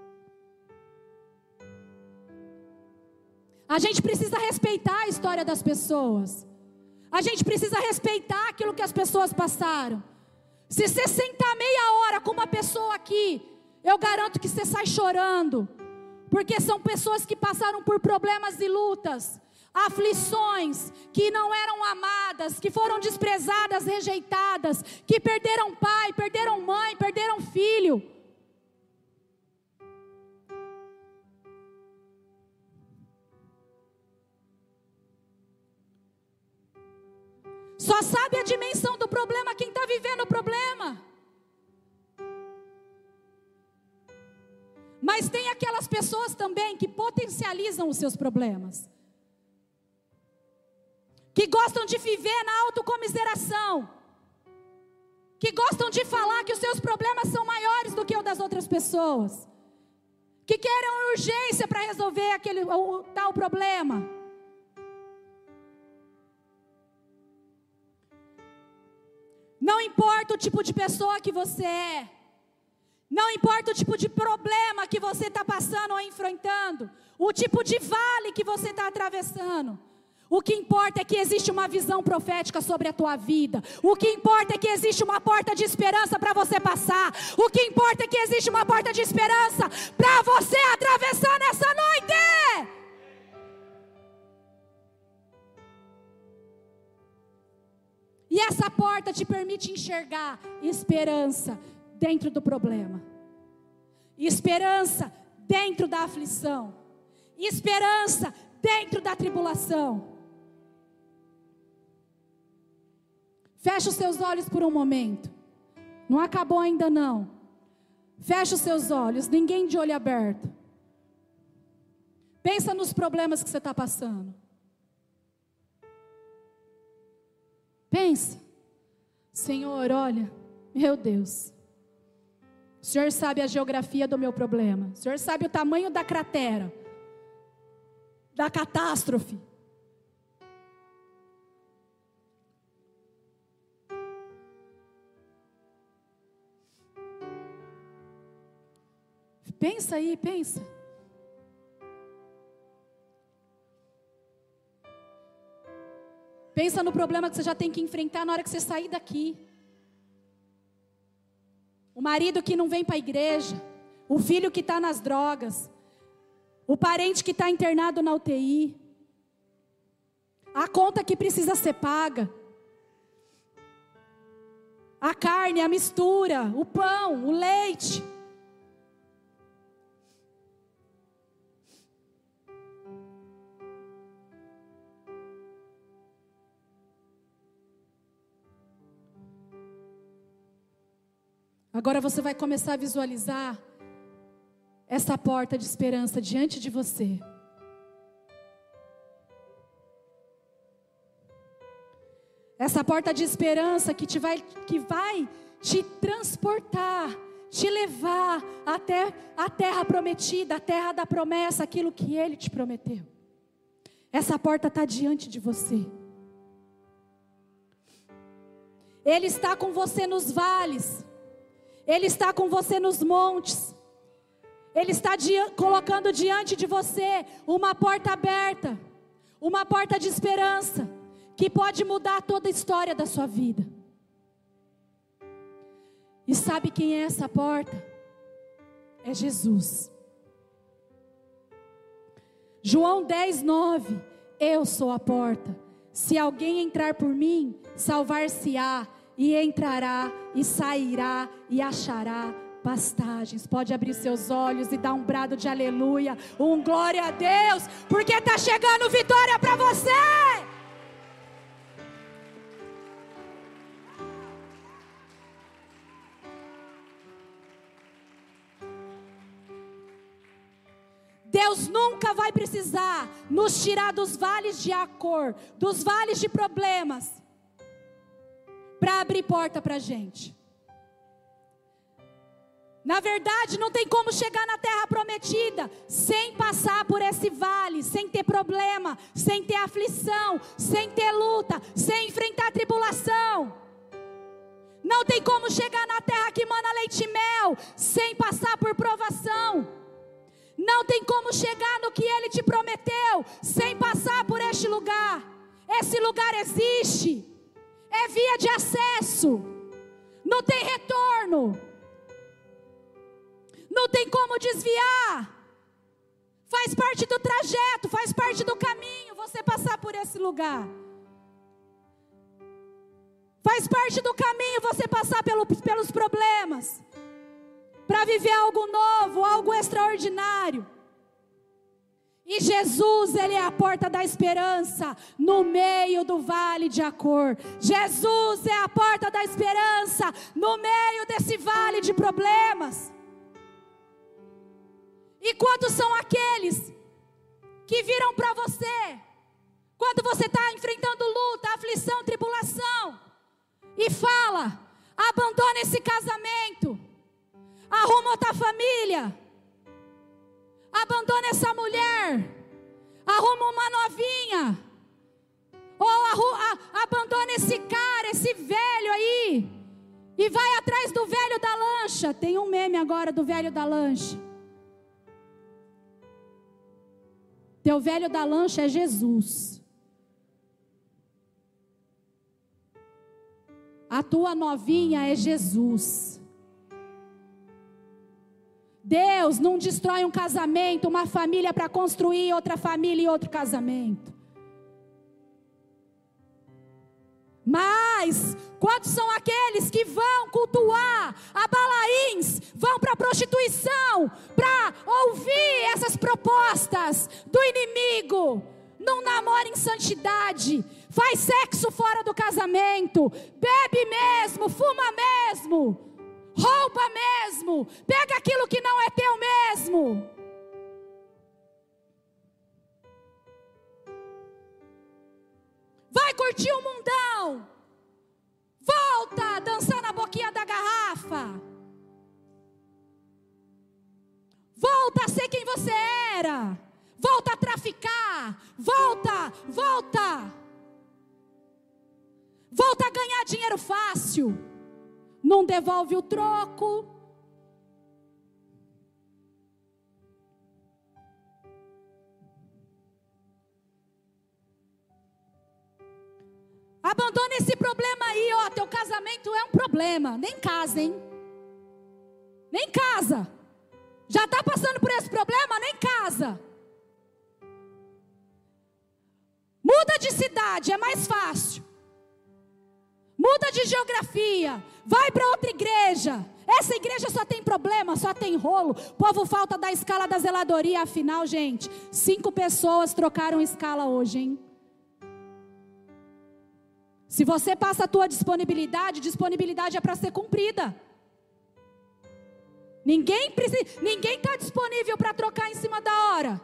A gente precisa respeitar a história das pessoas. A gente precisa respeitar aquilo que as pessoas passaram. Se você sentar meia hora com uma pessoa aqui, eu garanto que você sai chorando. Porque são pessoas que passaram por problemas e lutas, aflições, que não eram amadas, que foram desprezadas, rejeitadas, que perderam pai, perderam mãe, perderam filho. Só sabe a dimensão do problema quem está vivendo o problema. Mas tem aquelas pessoas também que potencializam os seus problemas, que gostam de viver na autocomiseração, que gostam de falar que os seus problemas são maiores do que o das outras pessoas, que querem urgência para resolver o tal problema. Não importa o tipo de pessoa que você é, não importa o tipo de problema que você está passando ou enfrentando, o tipo de vale que você está atravessando. O que importa é que existe uma visão profética sobre a tua vida. O que importa é que existe uma porta de esperança para você passar. O que importa é que existe uma porta de esperança para você atravessar nessa noite. E essa porta te permite enxergar esperança dentro do problema, esperança dentro da aflição, esperança dentro da tribulação. Fecha os seus olhos por um momento. Não acabou ainda não. Fecha os seus olhos, ninguém de olho aberto. Pensa nos problemas que você está passando. Pensa, Senhor, olha, meu Deus, o Senhor sabe a geografia do meu problema, o Senhor sabe o tamanho da cratera, da catástrofe. Pensa aí, pensa. Pensa no problema que você já tem que enfrentar na hora que você sair daqui. O marido que não vem para a igreja, o filho que está nas drogas, o parente que está internado na UTI, a conta que precisa ser paga, a carne, a mistura, o pão, o leite. Agora você vai começar a visualizar essa porta de esperança diante de você. Essa porta de esperança que vai te transportar, te levar até a terra prometida, a terra da promessa, aquilo que Ele te prometeu. Essa porta está diante de você. Ele está com você nos vales. Ele está com você nos montes. Ele está colocando diante de você uma porta aberta, uma porta de esperança, que pode mudar toda a história da sua vida. E sabe quem é essa porta? É Jesus. João 10:9, eu sou a porta. Se alguém entrar por mim, salvar-se-á, e entrará, e sairá, e achará pastagens. Pode abrir seus olhos e dar um brado de aleluia, um glória a Deus, porque está chegando vitória para você. Deus nunca vai precisar nos tirar dos vales de Acor, dos vales de problemas, para abrir porta para a gente. Na verdade, não tem como chegar na terra prometida sem passar por esse vale, sem ter problema, sem ter aflição, sem ter luta, sem enfrentar tribulação. Não tem como chegar na terra que mana leite e mel sem passar por provação. Não tem como chegar no que Ele te prometeu sem passar por este lugar. Esse lugar existe, é via de acesso, não tem retorno, não tem como desviar. Faz parte do trajeto, faz parte do caminho você passar por esse lugar. Faz parte do caminho você passar pelos problemas, para viver algo novo, algo extraordinário. E Jesus, Ele é a porta da esperança no meio do vale de Acor. Jesus é a porta da esperança no meio desse vale de problemas. E quantos são aqueles que viram para você, quando você está enfrentando luta, aflição, tribulação, e fala: abandona esse casamento, arruma outra família, abandona essa mulher, arruma uma novinha, ou abandona esse cara, esse velho aí, e vai atrás do velho da lancha. Tem um meme agora do velho da lancha. Teu velho da lancha é Jesus. A tua novinha é Jesus. Deus não destrói um casamento, uma família para construir outra família e outro casamento. Mas quantos são aqueles que vão cultuar a Balaíns, vão para a prostituição, para ouvir essas propostas do inimigo? Não namora em santidade, faz sexo fora do casamento, bebe mesmo, fuma mesmo, rouba mesmo, pega aquilo que não é teu mesmo. Vai curtir o mundão, volta a dançar na boquinha da garrafa, volta a ser quem você era, volta a traficar, volta a ganhar dinheiro fácil, não devolve o troco. Abandona esse problema aí, ó. Teu casamento é um problema. Nem casa, hein? Nem casa. Já está passando por esse problema? Nem casa. Muda de cidade, é mais fácil. Muda de geografia. Vai para outra igreja. Essa igreja só tem problema, só tem rolo. O povo falta da escala da zeladoria. Afinal, gente, 5 pessoas trocaram escala hoje, hein? Se você passa a tua disponibilidade é para ser cumprida. Ninguém está disponível para trocar em cima da hora.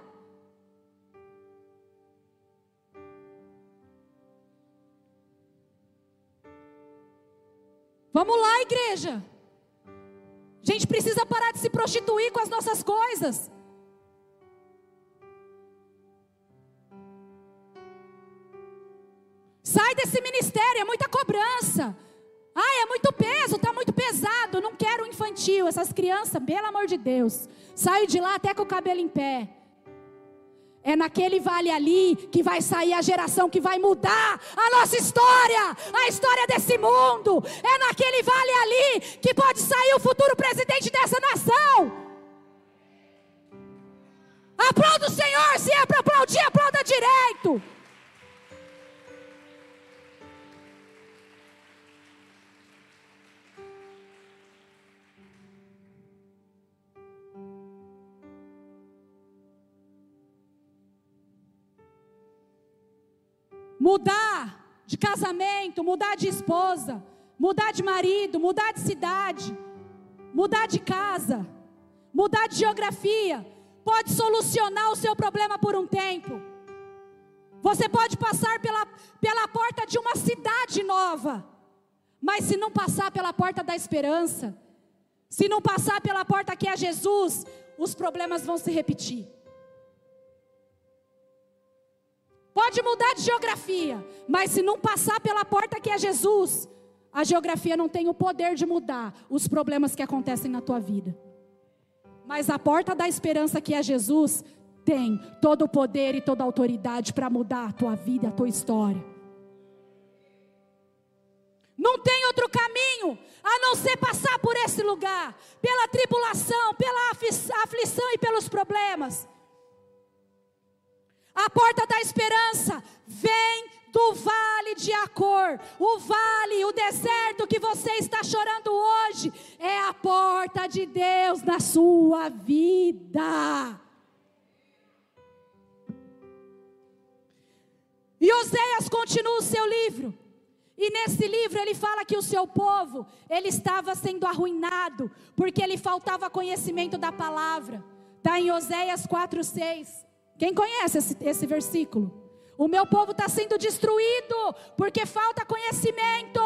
Vamos lá, igreja. A gente precisa parar de se prostituir com as nossas coisas. Sai desse ministério, é muita cobrança. É muito peso, está muito pesado. Não quero infantil, essas crianças, pelo amor de Deus. Saio de lá até com o cabelo em pé. É naquele vale ali que vai sair a geração que vai mudar a nossa história, a história desse mundo. É naquele vale ali que pode sair o futuro presidente dessa nação. Aplauda o Senhor, se é para aplaudir, aplauda direito. Mudar de casamento, mudar de esposa, mudar de marido, mudar de cidade, mudar de casa, mudar de geografia, pode solucionar o seu problema por um tempo. Você pode passar pela porta de uma cidade nova, mas se não passar pela porta da esperança, se não passar pela porta que é Jesus, os problemas vão se repetir. Pode mudar de geografia, mas se não passar pela porta que é Jesus, a geografia não tem o poder de mudar os problemas que acontecem na tua vida. Mas a porta da esperança que é Jesus, tem todo o poder e toda a autoridade para mudar a tua vida, a tua história. Não tem outro caminho a não ser passar por esse lugar, pela tribulação, pela aflição e pelos problemas. A porta da esperança vem do vale de Acor. O vale, o deserto que você está chorando hoje, é a porta de Deus na sua vida. E Oséias continua o seu livro. E nesse livro ele fala que o seu povo, ele estava sendo arruinado, porque lhe faltava conhecimento da palavra. Está em Oséias 4:6. Quem conhece esse versículo? O meu povo está sendo destruído, porque falta conhecimento.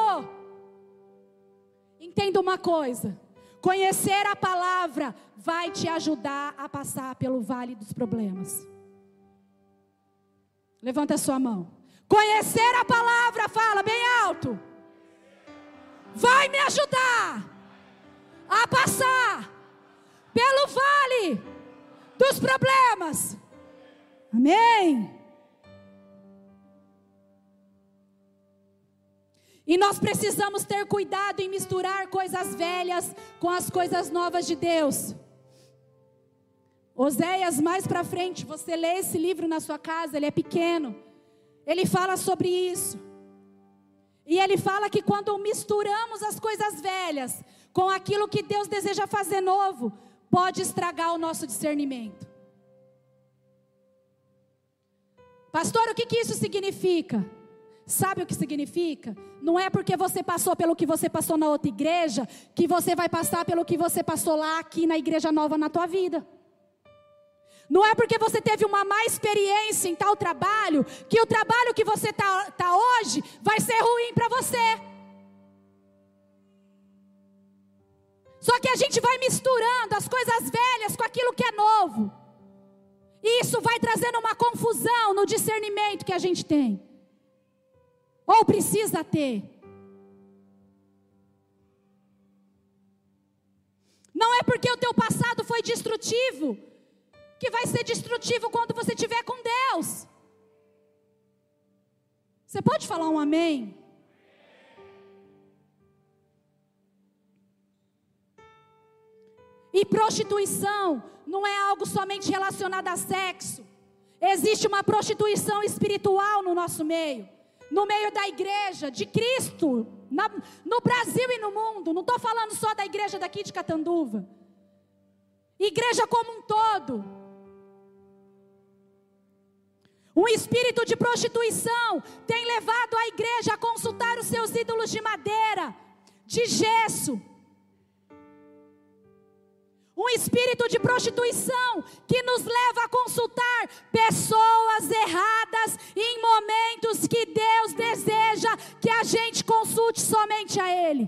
Entenda uma coisa: conhecer a palavra vai te ajudar a passar pelo vale dos problemas. Levanta a sua mão. Conhecer a palavra, fala bem alto, vai me ajudar a passar pelo vale dos problemas. Amém? E nós precisamos ter cuidado em misturar coisas velhas com as coisas novas de Deus. Oséias, mais para frente, você lê esse livro na sua casa, ele é pequeno. Ele fala sobre isso. E ele fala que quando misturamos as coisas velhas com aquilo que Deus deseja fazer novo, pode estragar o nosso discernimento. Pastor, o que isso significa? Sabe o que significa? Não é porque você passou pelo que você passou na outra igreja, que você vai passar pelo que você passou lá, aqui na igreja nova na tua vida. Não é porque você teve uma má experiência em tal trabalho, que o trabalho que você tá hoje vai ser ruim para você. Só que a gente vai misturando as coisas velhas com aquilo que é novo. E isso vai trazendo uma confusão no discernimento que a gente tem. Ou precisa ter. Não é porque o teu passado foi destrutivo, que vai ser destrutivo quando você estiver com Deus. Você pode falar um amém? E prostituição não é algo somente relacionado a sexo. Existe uma prostituição espiritual no nosso meio. No meio da igreja de Cristo, no Brasil e no mundo. Não estou falando só da igreja daqui de Catanduva. Igreja como um todo. Um espírito de prostituição tem levado a igreja a consultar os seus ídolos de madeira, de gesso. espírito de prostituição que nos leva a consultar pessoas erradas em momentos que Deus deseja que a gente consulte somente a Ele.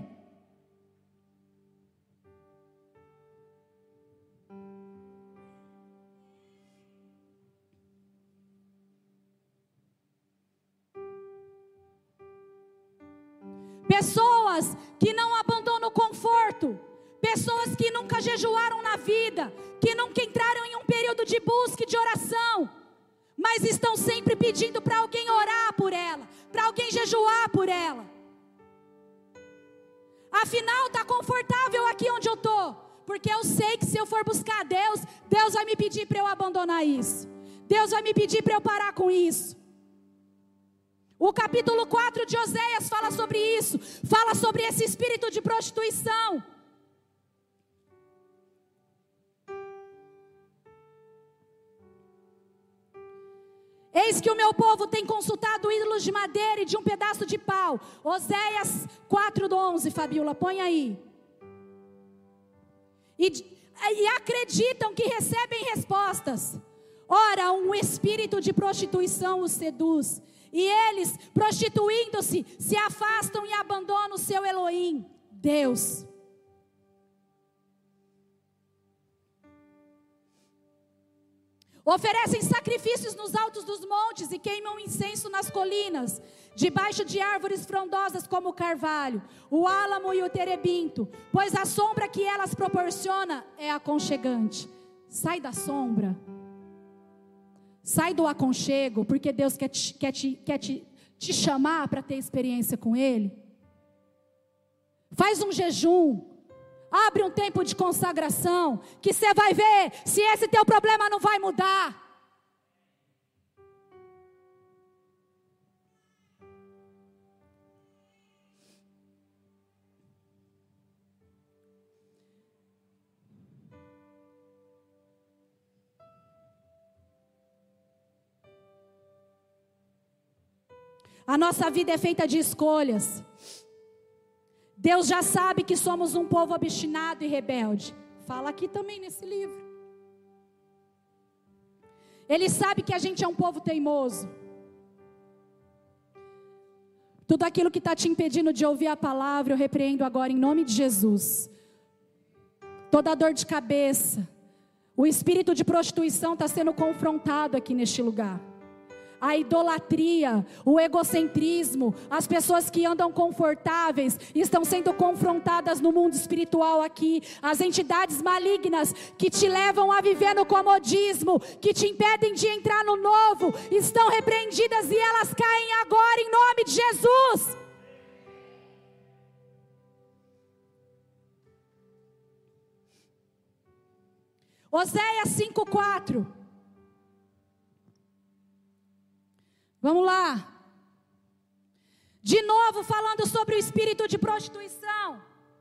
Pessoas que não abandonam o conforto, pessoas que nunca jejuaram na vida, que nunca entraram em um período de busca e de oração, mas estão sempre pedindo para alguém orar por ela, para alguém jejuar por ela. Afinal, está confortável aqui onde eu estou, porque eu sei que se eu for buscar a Deus, Deus vai me pedir para eu abandonar isso, Deus vai me pedir para eu parar com isso. O capítulo 4 de Oséias fala sobre isso, fala sobre esse espírito de prostituição. Eis que o meu povo tem consultado ídolos de madeira e de um pedaço de pau. Oséias 4:11, Fabiola, põe aí. E acreditam que recebem respostas. Ora, um espírito de prostituição os seduz. E eles, prostituindo-se, se afastam e abandonam o seu Elohim, Deus. Oferecem sacrifícios nos altos dos montes e queimam incenso nas colinas, debaixo de árvores frondosas como o carvalho, o álamo e o terebinto, pois a sombra que elas proporcionam é aconchegante. Sai da sombra. Sai do aconchego, porque Deus quer te chamar para ter experiência com Ele. Faz um jejum, abre um tempo de consagração, que você vai ver se esse teu problema não vai mudar. A nossa vida é feita de escolhas. Deus já sabe que somos um povo obstinado e rebelde. Fala aqui também nesse livro. Ele sabe que a gente é um povo teimoso. Tudo aquilo que está te impedindo de ouvir a palavra, eu repreendo agora em nome de Jesus. Toda dor de cabeça, o espírito de prostituição está sendo confrontado aqui neste lugar. A idolatria, o egocentrismo, as pessoas que andam confortáveis estão sendo confrontadas no mundo espiritual aqui. As entidades malignas que te levam a viver no comodismo, que te impedem de entrar no novo, estão repreendidas e elas caem agora em nome de Jesus. Oséias 5:4. Vamos lá. De novo falando sobre o espírito de prostituição.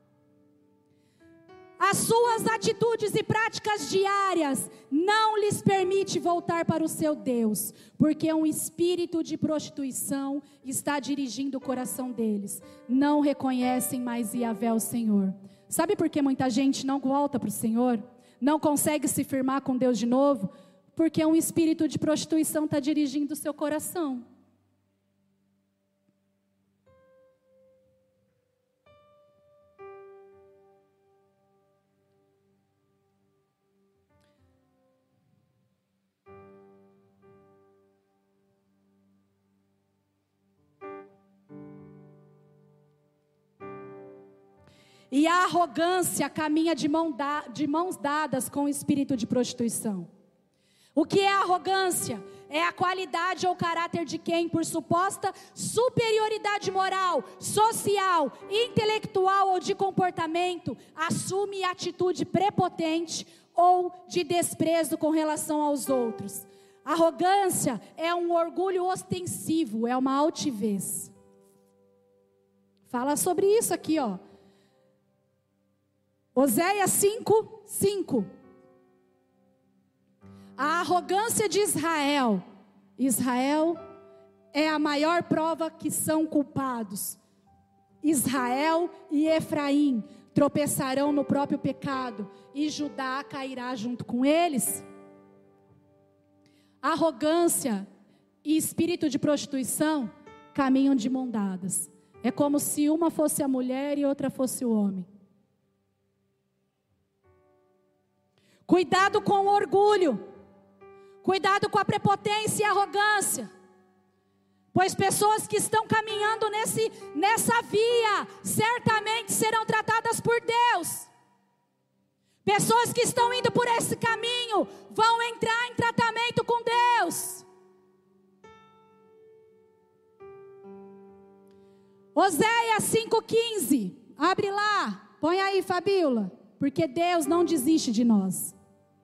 As suas atitudes e práticas diárias não lhes permite voltar para o seu Deus, porque um espírito de prostituição está dirigindo o coração deles. Não reconhecem mais Yahvé o Senhor. Sabe por que muita gente não volta para o Senhor? Não consegue se firmar com Deus de novo? Porque um espírito de prostituição está dirigindo o seu coração. E a arrogância caminha de mãos dadas com o espírito de prostituição. O que é arrogância? É a qualidade ou caráter de quem, por suposta superioridade moral, social, intelectual ou de comportamento, assume atitude prepotente ou de desprezo com relação aos outros. Arrogância é um orgulho ostensivo, é uma altivez. Fala sobre isso aqui, ó. Oséias 5:5. A arrogância de Israel. Israel é a maior prova que são culpados. Israel e Efraim, tropeçarão no próprio pecado, e Judá cairá junto com eles? Arrogância e espírito de prostituição caminham de mão dadas. É como se uma fosse a mulher e outra fosse o homem. Cuidado com o orgulho. Cuidado com a prepotência e a arrogância. Pois pessoas que estão caminhando nessa via, certamente serão tratadas por Deus. Pessoas que estão indo por esse caminho, vão entrar em tratamento com Deus. Oséias 5,15, abre lá, põe aí, Fabíola, porque Deus não desiste de nós.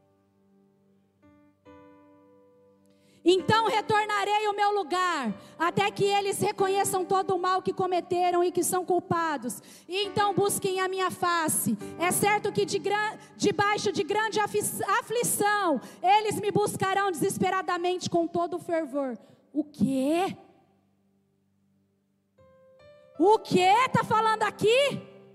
Então retornarei ao meu lugar, até que eles reconheçam todo o mal que cometeram e que são culpados, e então busquem a minha face. É certo que debaixo de grande aflição, eles me buscarão desesperadamente com todo o fervor. O quê? O que está falando aqui?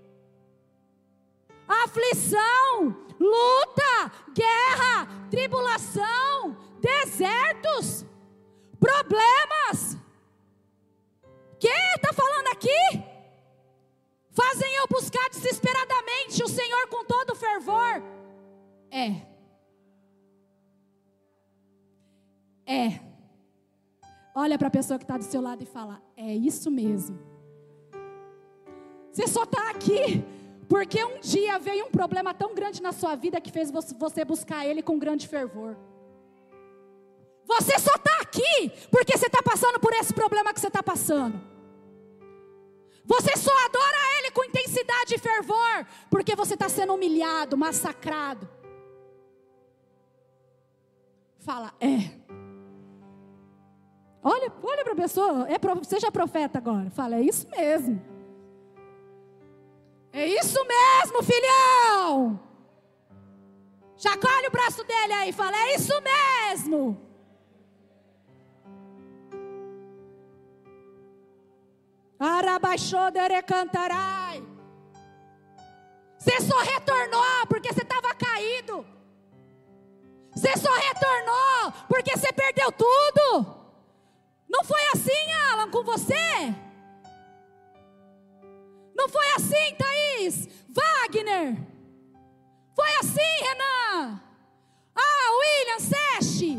Aflição, luta, guerra, tribulação, desertos, problemas. O que está falando aqui? Fazem eu buscar desesperadamente o Senhor com todo fervor. Olha para a pessoa que está do seu lado e fala: é isso mesmo. Você só está aqui porque um dia veio um problema tão grande na sua vida que fez você buscar Ele com grande fervor. Você só está aqui porque você está passando por esse problema que você está passando. Você só adora Ele com intensidade e fervor porque você está sendo humilhado, massacrado. Fala, Olha para a pessoa, seja profeta agora. Fala, é isso mesmo. É isso mesmo, filhão. Chacoalha o braço dele aí, fala, é isso mesmo. Arabaixoderecantarai. Você só retornou porque você estava caído. Você só retornou porque você perdeu tudo. Não foi assim, Alan, com você? Não foi assim, Thaís? Wagner? Foi assim, Renan? William, Seche?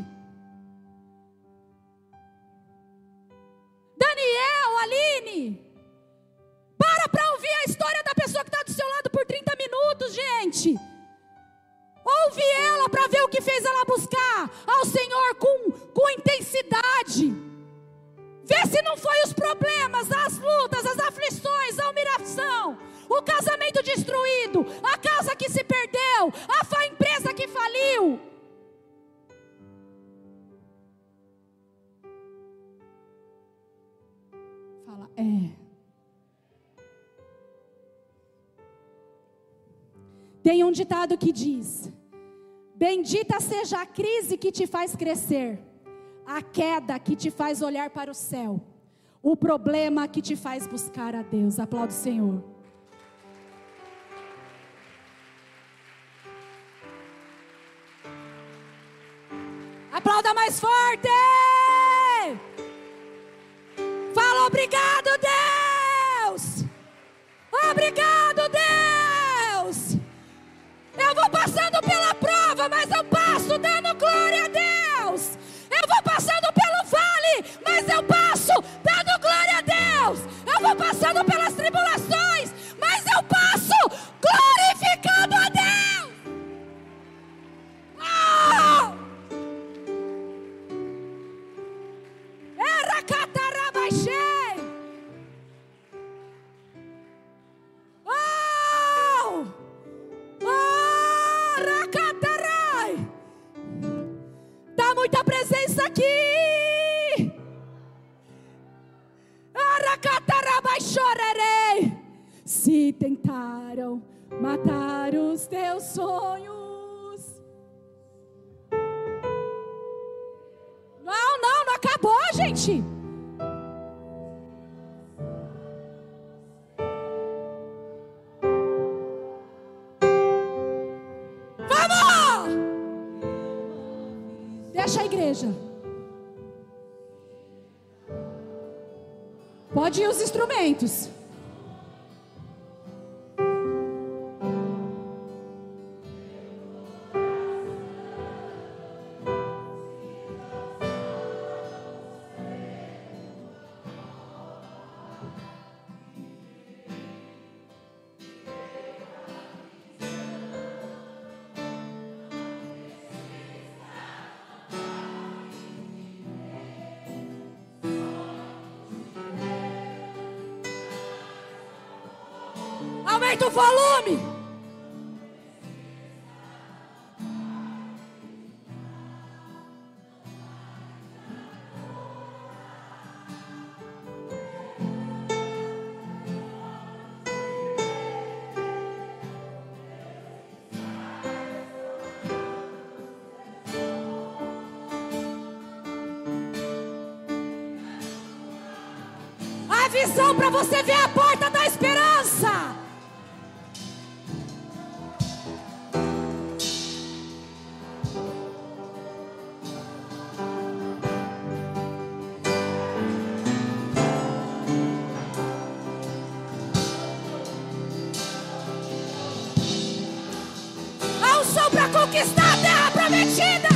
Daniel, Aline? Para ouvir a história da pessoa que está do seu lado por 30 minutos, gente. Ouve ela para ver o que fez ela buscar ao Senhor com intensidade. Vê se não foi os problemas, as lutas, as aflições, a humilhação, o casamento destruído, a casa que se perdeu, a empresa que faliu. Fala, Tem um ditado que diz: bendita seja a crise que te faz crescer, a queda que te faz olhar para o céu, o problema que te faz buscar a Deus. Aplauda o Senhor. Aplauda mais forte. Fala obrigado, Deus. Obrigado, Deus. Eu vou passando pela prova, mas eu passo dando glória a Deus. Eu vou passando pelo vale, mas eu passo dando glória a Deus. Eu vou passando pelas tribulações, mas eu passo glorificando a Deus. Era catarabaixei. Dá muita presença aqui. Se tentaram matar os teus sonhos. Não acabou, gente. igreja. Pode ir os instrumentos. Aumenta o volume. A visão para você ver a porta da esperança. Para conquistar a terra prometida.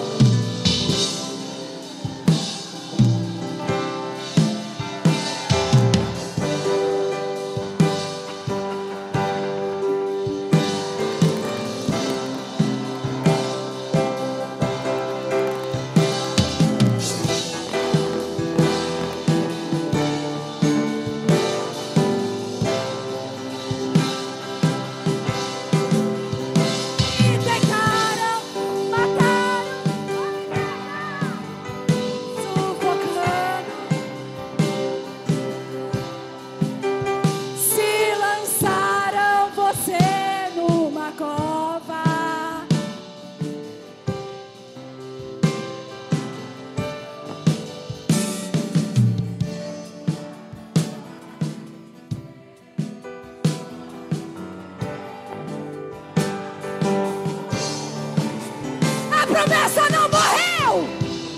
A promessa não morreu!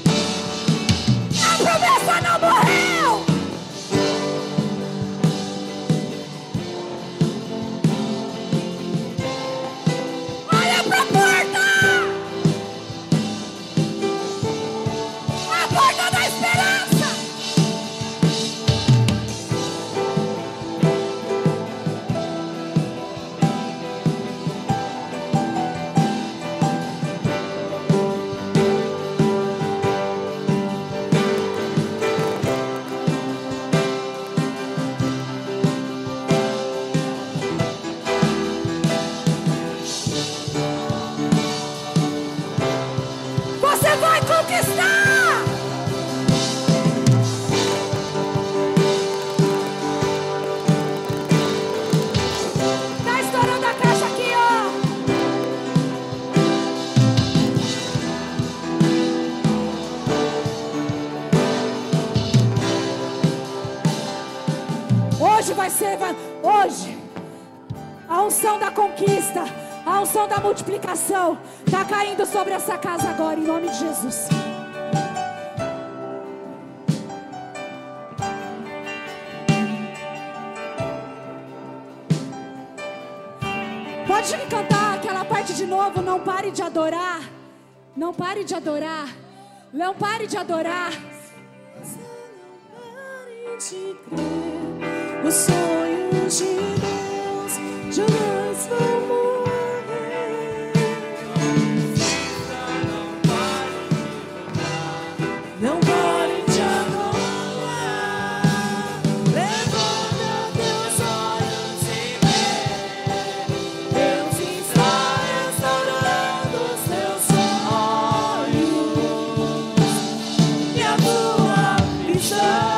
A promessa não morreu! Olha pra porta! A porta da esperança! Você vai conquistar! Tá estourando a caixa aqui, ó! Hoje vai ser, hoje, a unção da conquista, a unção da multiplicação está caindo sobre essa casa agora, em nome de Jesus. Pode cantar aquela parte de novo. Não pare de adorar. Não pare de adorar. Não pare de adorar. Não pare de crer. Os sonhos de Deus jamais vão morrer. Não pare de adorar. Levanta teus olhos e vê. Deus está restaurando os teus sonhos e a tua visão.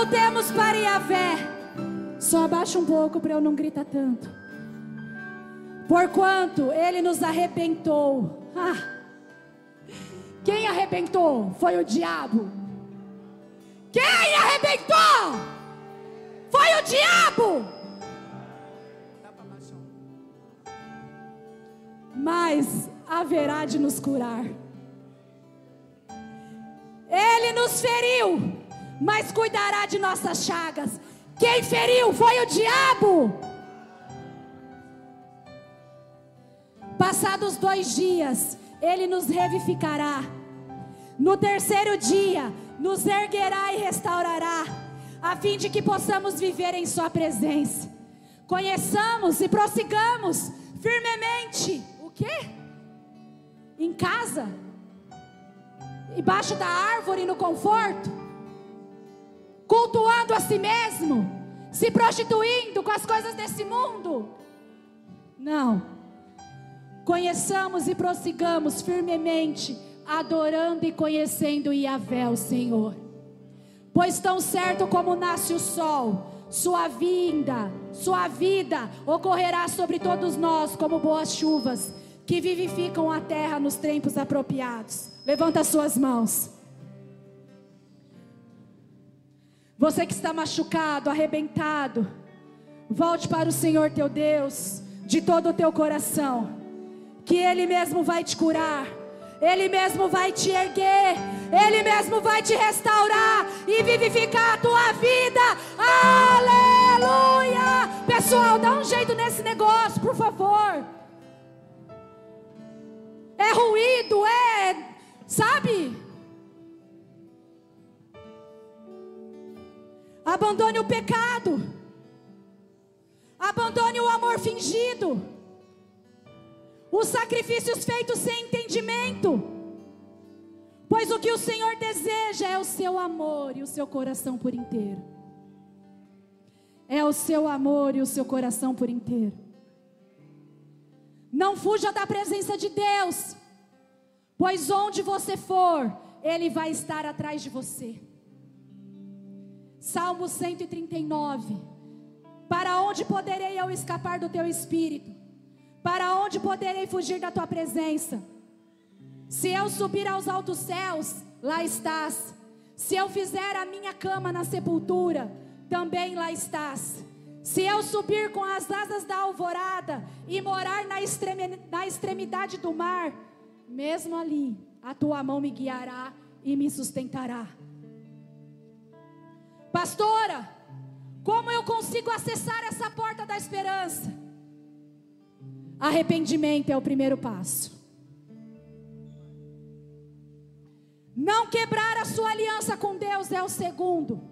Voltemos para Yahvé. Só abaixa um pouco para eu não gritar tanto. Porquanto Ele nos arrebentou. Quem arrebentou? Foi o diabo. Quem arrebentou? Foi o diabo. Mas haverá de nos curar. Ele nos feriu, mas cuidará de nossas chagas. Quem feriu foi o diabo. Passados 2 dias, Ele nos revivificará. No terceiro dia, nos erguerá e restaurará, a fim de que possamos viver em sua presença. Conheçamos e prossigamos firmemente. O quê? Em casa? Embaixo da árvore, no conforto? Cultuando a si mesmo? Se prostituindo com as coisas desse mundo? Não. Conheçamos e prossigamos firmemente, adorando e conhecendo Yahvé, o Senhor. Pois tão certo como nasce o sol, sua vida ocorrerá sobre todos nós como boas chuvas, que vivificam a terra nos tempos apropriados. Levanta as suas mãos. Você que está machucado, arrebentado, volte para o Senhor teu Deus, de todo o teu coração, que Ele mesmo vai te curar, Ele mesmo vai te erguer, Ele mesmo vai te restaurar e vivificar a tua vida. Aleluia! Pessoal, dá um jeito nesse negócio, por favor. É ruído, sabe? Abandone o pecado. Abandone o amor fingido. Os sacrifícios feitos sem entendimento. Pois o que o Senhor deseja é o seu amor e o seu coração por inteiro. É o seu amor e o seu coração por inteiro. Não fuja da presença de Deus, pois onde você for, Ele vai estar atrás de você. Salmo 139. Para onde poderei eu escapar do teu espírito? Para onde poderei fugir da tua presença? Se eu subir aos altos céus, lá estás. Se eu fizer a minha cama na sepultura, também lá estás. Se eu subir com as asas da alvorada e morar na extremidade do mar, mesmo ali, a tua mão me guiará e me sustentará. Pastora, como eu consigo acessar essa porta da esperança? Arrependimento é o primeiro passo. Não quebrar a sua aliança com Deus é o segundo.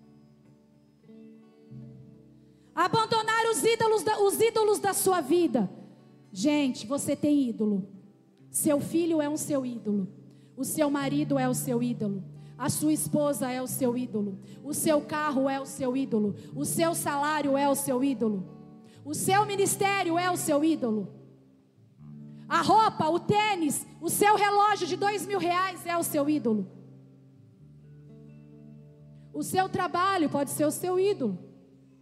Abandonar os ídolos da sua vida. Gente, você tem ídolo. Seu filho é um seu ídolo. O seu marido é o seu ídolo. A sua esposa é o seu ídolo. O seu carro é o seu ídolo. O seu salário é o seu ídolo. O seu ministério é o seu ídolo. A roupa, o tênis, o seu relógio de R$2.000 é o seu ídolo. O seu trabalho pode ser o seu ídolo.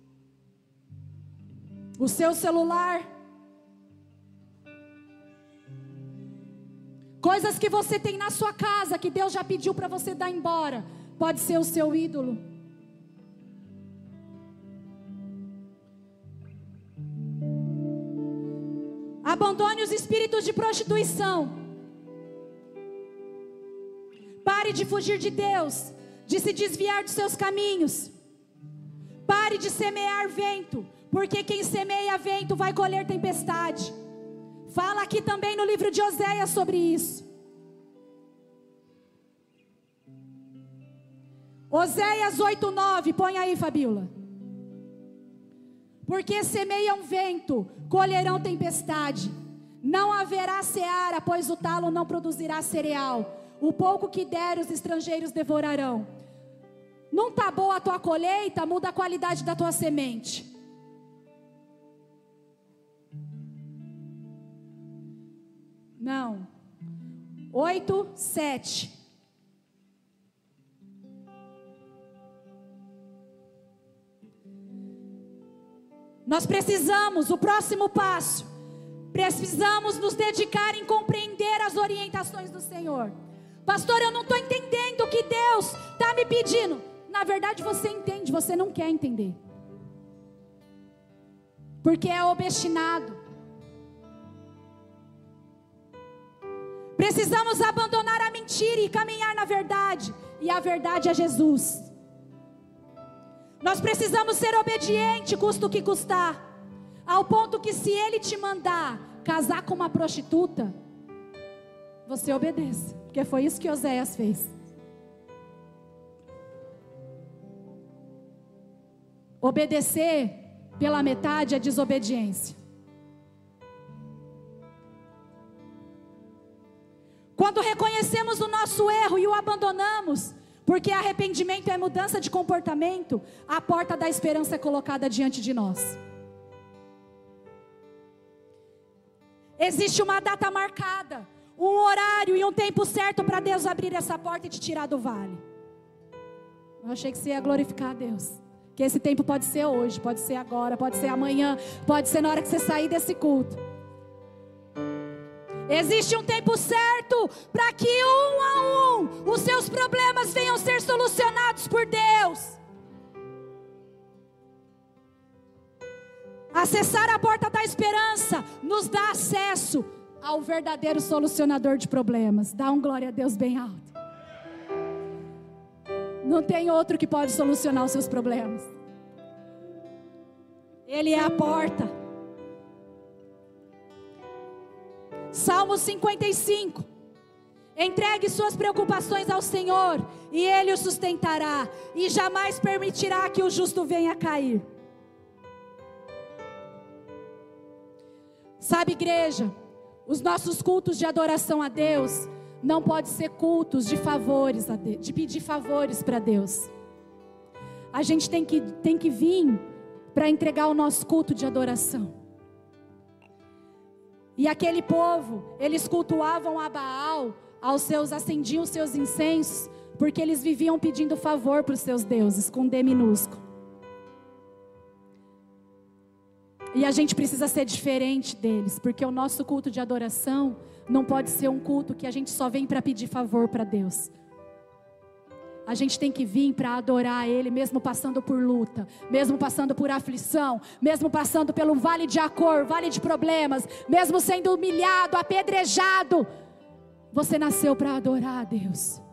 O seu celular. Coisas que você tem na sua casa, que Deus já pediu para você dar embora, pode ser o seu ídolo. Abandone os espíritos de prostituição. Pare de fugir de Deus, de se desviar dos seus caminhos. Pare de semear vento, porque quem semeia vento vai colher tempestade. Fala aqui também no livro de Oséias sobre isso. Oséias 8:9, põe aí, Fabíola. Porque semeiam vento, colherão tempestade. Não haverá seara, pois o talo não produzirá cereal. O pouco que der, os estrangeiros devorarão. Não está boa a tua colheita, muda a qualidade da tua semente. Não. 8:7. Nós precisamos, o próximo passo, precisamos nos dedicar em compreender as orientações do Senhor. Pastor, eu não estou entendendo o que Deus está me pedindo. Na verdade você entende, você não quer entender. Porque é obstinado. Precisamos abandonar a mentira e caminhar na verdade. E a verdade é Jesus. Nós precisamos ser obedientes, custa o que custar. Ao ponto que se Ele te mandar casar com uma prostituta, você obedeça. Porque foi isso que Oséias fez. Obedecer pela metade é desobediência. Quando reconhecemos o nosso erro e o abandonamos, porque arrependimento é mudança de comportamento, a porta da esperança é colocada diante de nós. Existe uma data marcada, um horário e um tempo certo para Deus abrir essa porta e te tirar do vale. Eu achei que você ia glorificar a Deus. Que esse tempo pode ser hoje, pode ser agora, pode ser amanhã, pode ser na hora que você sair desse culto. Existe um tempo certo para que um a um os seus problemas venham ser solucionados por Deus. Acessar a porta da esperança nos dá acesso ao verdadeiro solucionador de problemas. Dá um glória a Deus bem alto. Não tem outro que pode solucionar os seus problemas. Ele é a porta. Salmo 55. Entregue suas preocupações ao Senhor e Ele o sustentará, e jamais permitirá que o justo venha a cair. Sabe, igreja, os nossos cultos de adoração a Deus não podem ser cultos de favores a Deus, de pedir favores para Deus. A gente tem que vir para entregar o nosso culto de adoração. E aquele povo, eles cultuavam a Baal, acendiam os seus incensos, porque eles viviam pedindo favor para os seus deuses, com D minúsculo. E a gente precisa ser diferente deles, porque o nosso culto de adoração não pode ser um culto que a gente só vem para pedir favor para Deus. A gente tem que vir para adorar Ele, mesmo passando por luta, mesmo passando por aflição, mesmo passando pelo vale de Acor, vale de problemas, mesmo sendo humilhado, apedrejado. Você nasceu para adorar a Deus.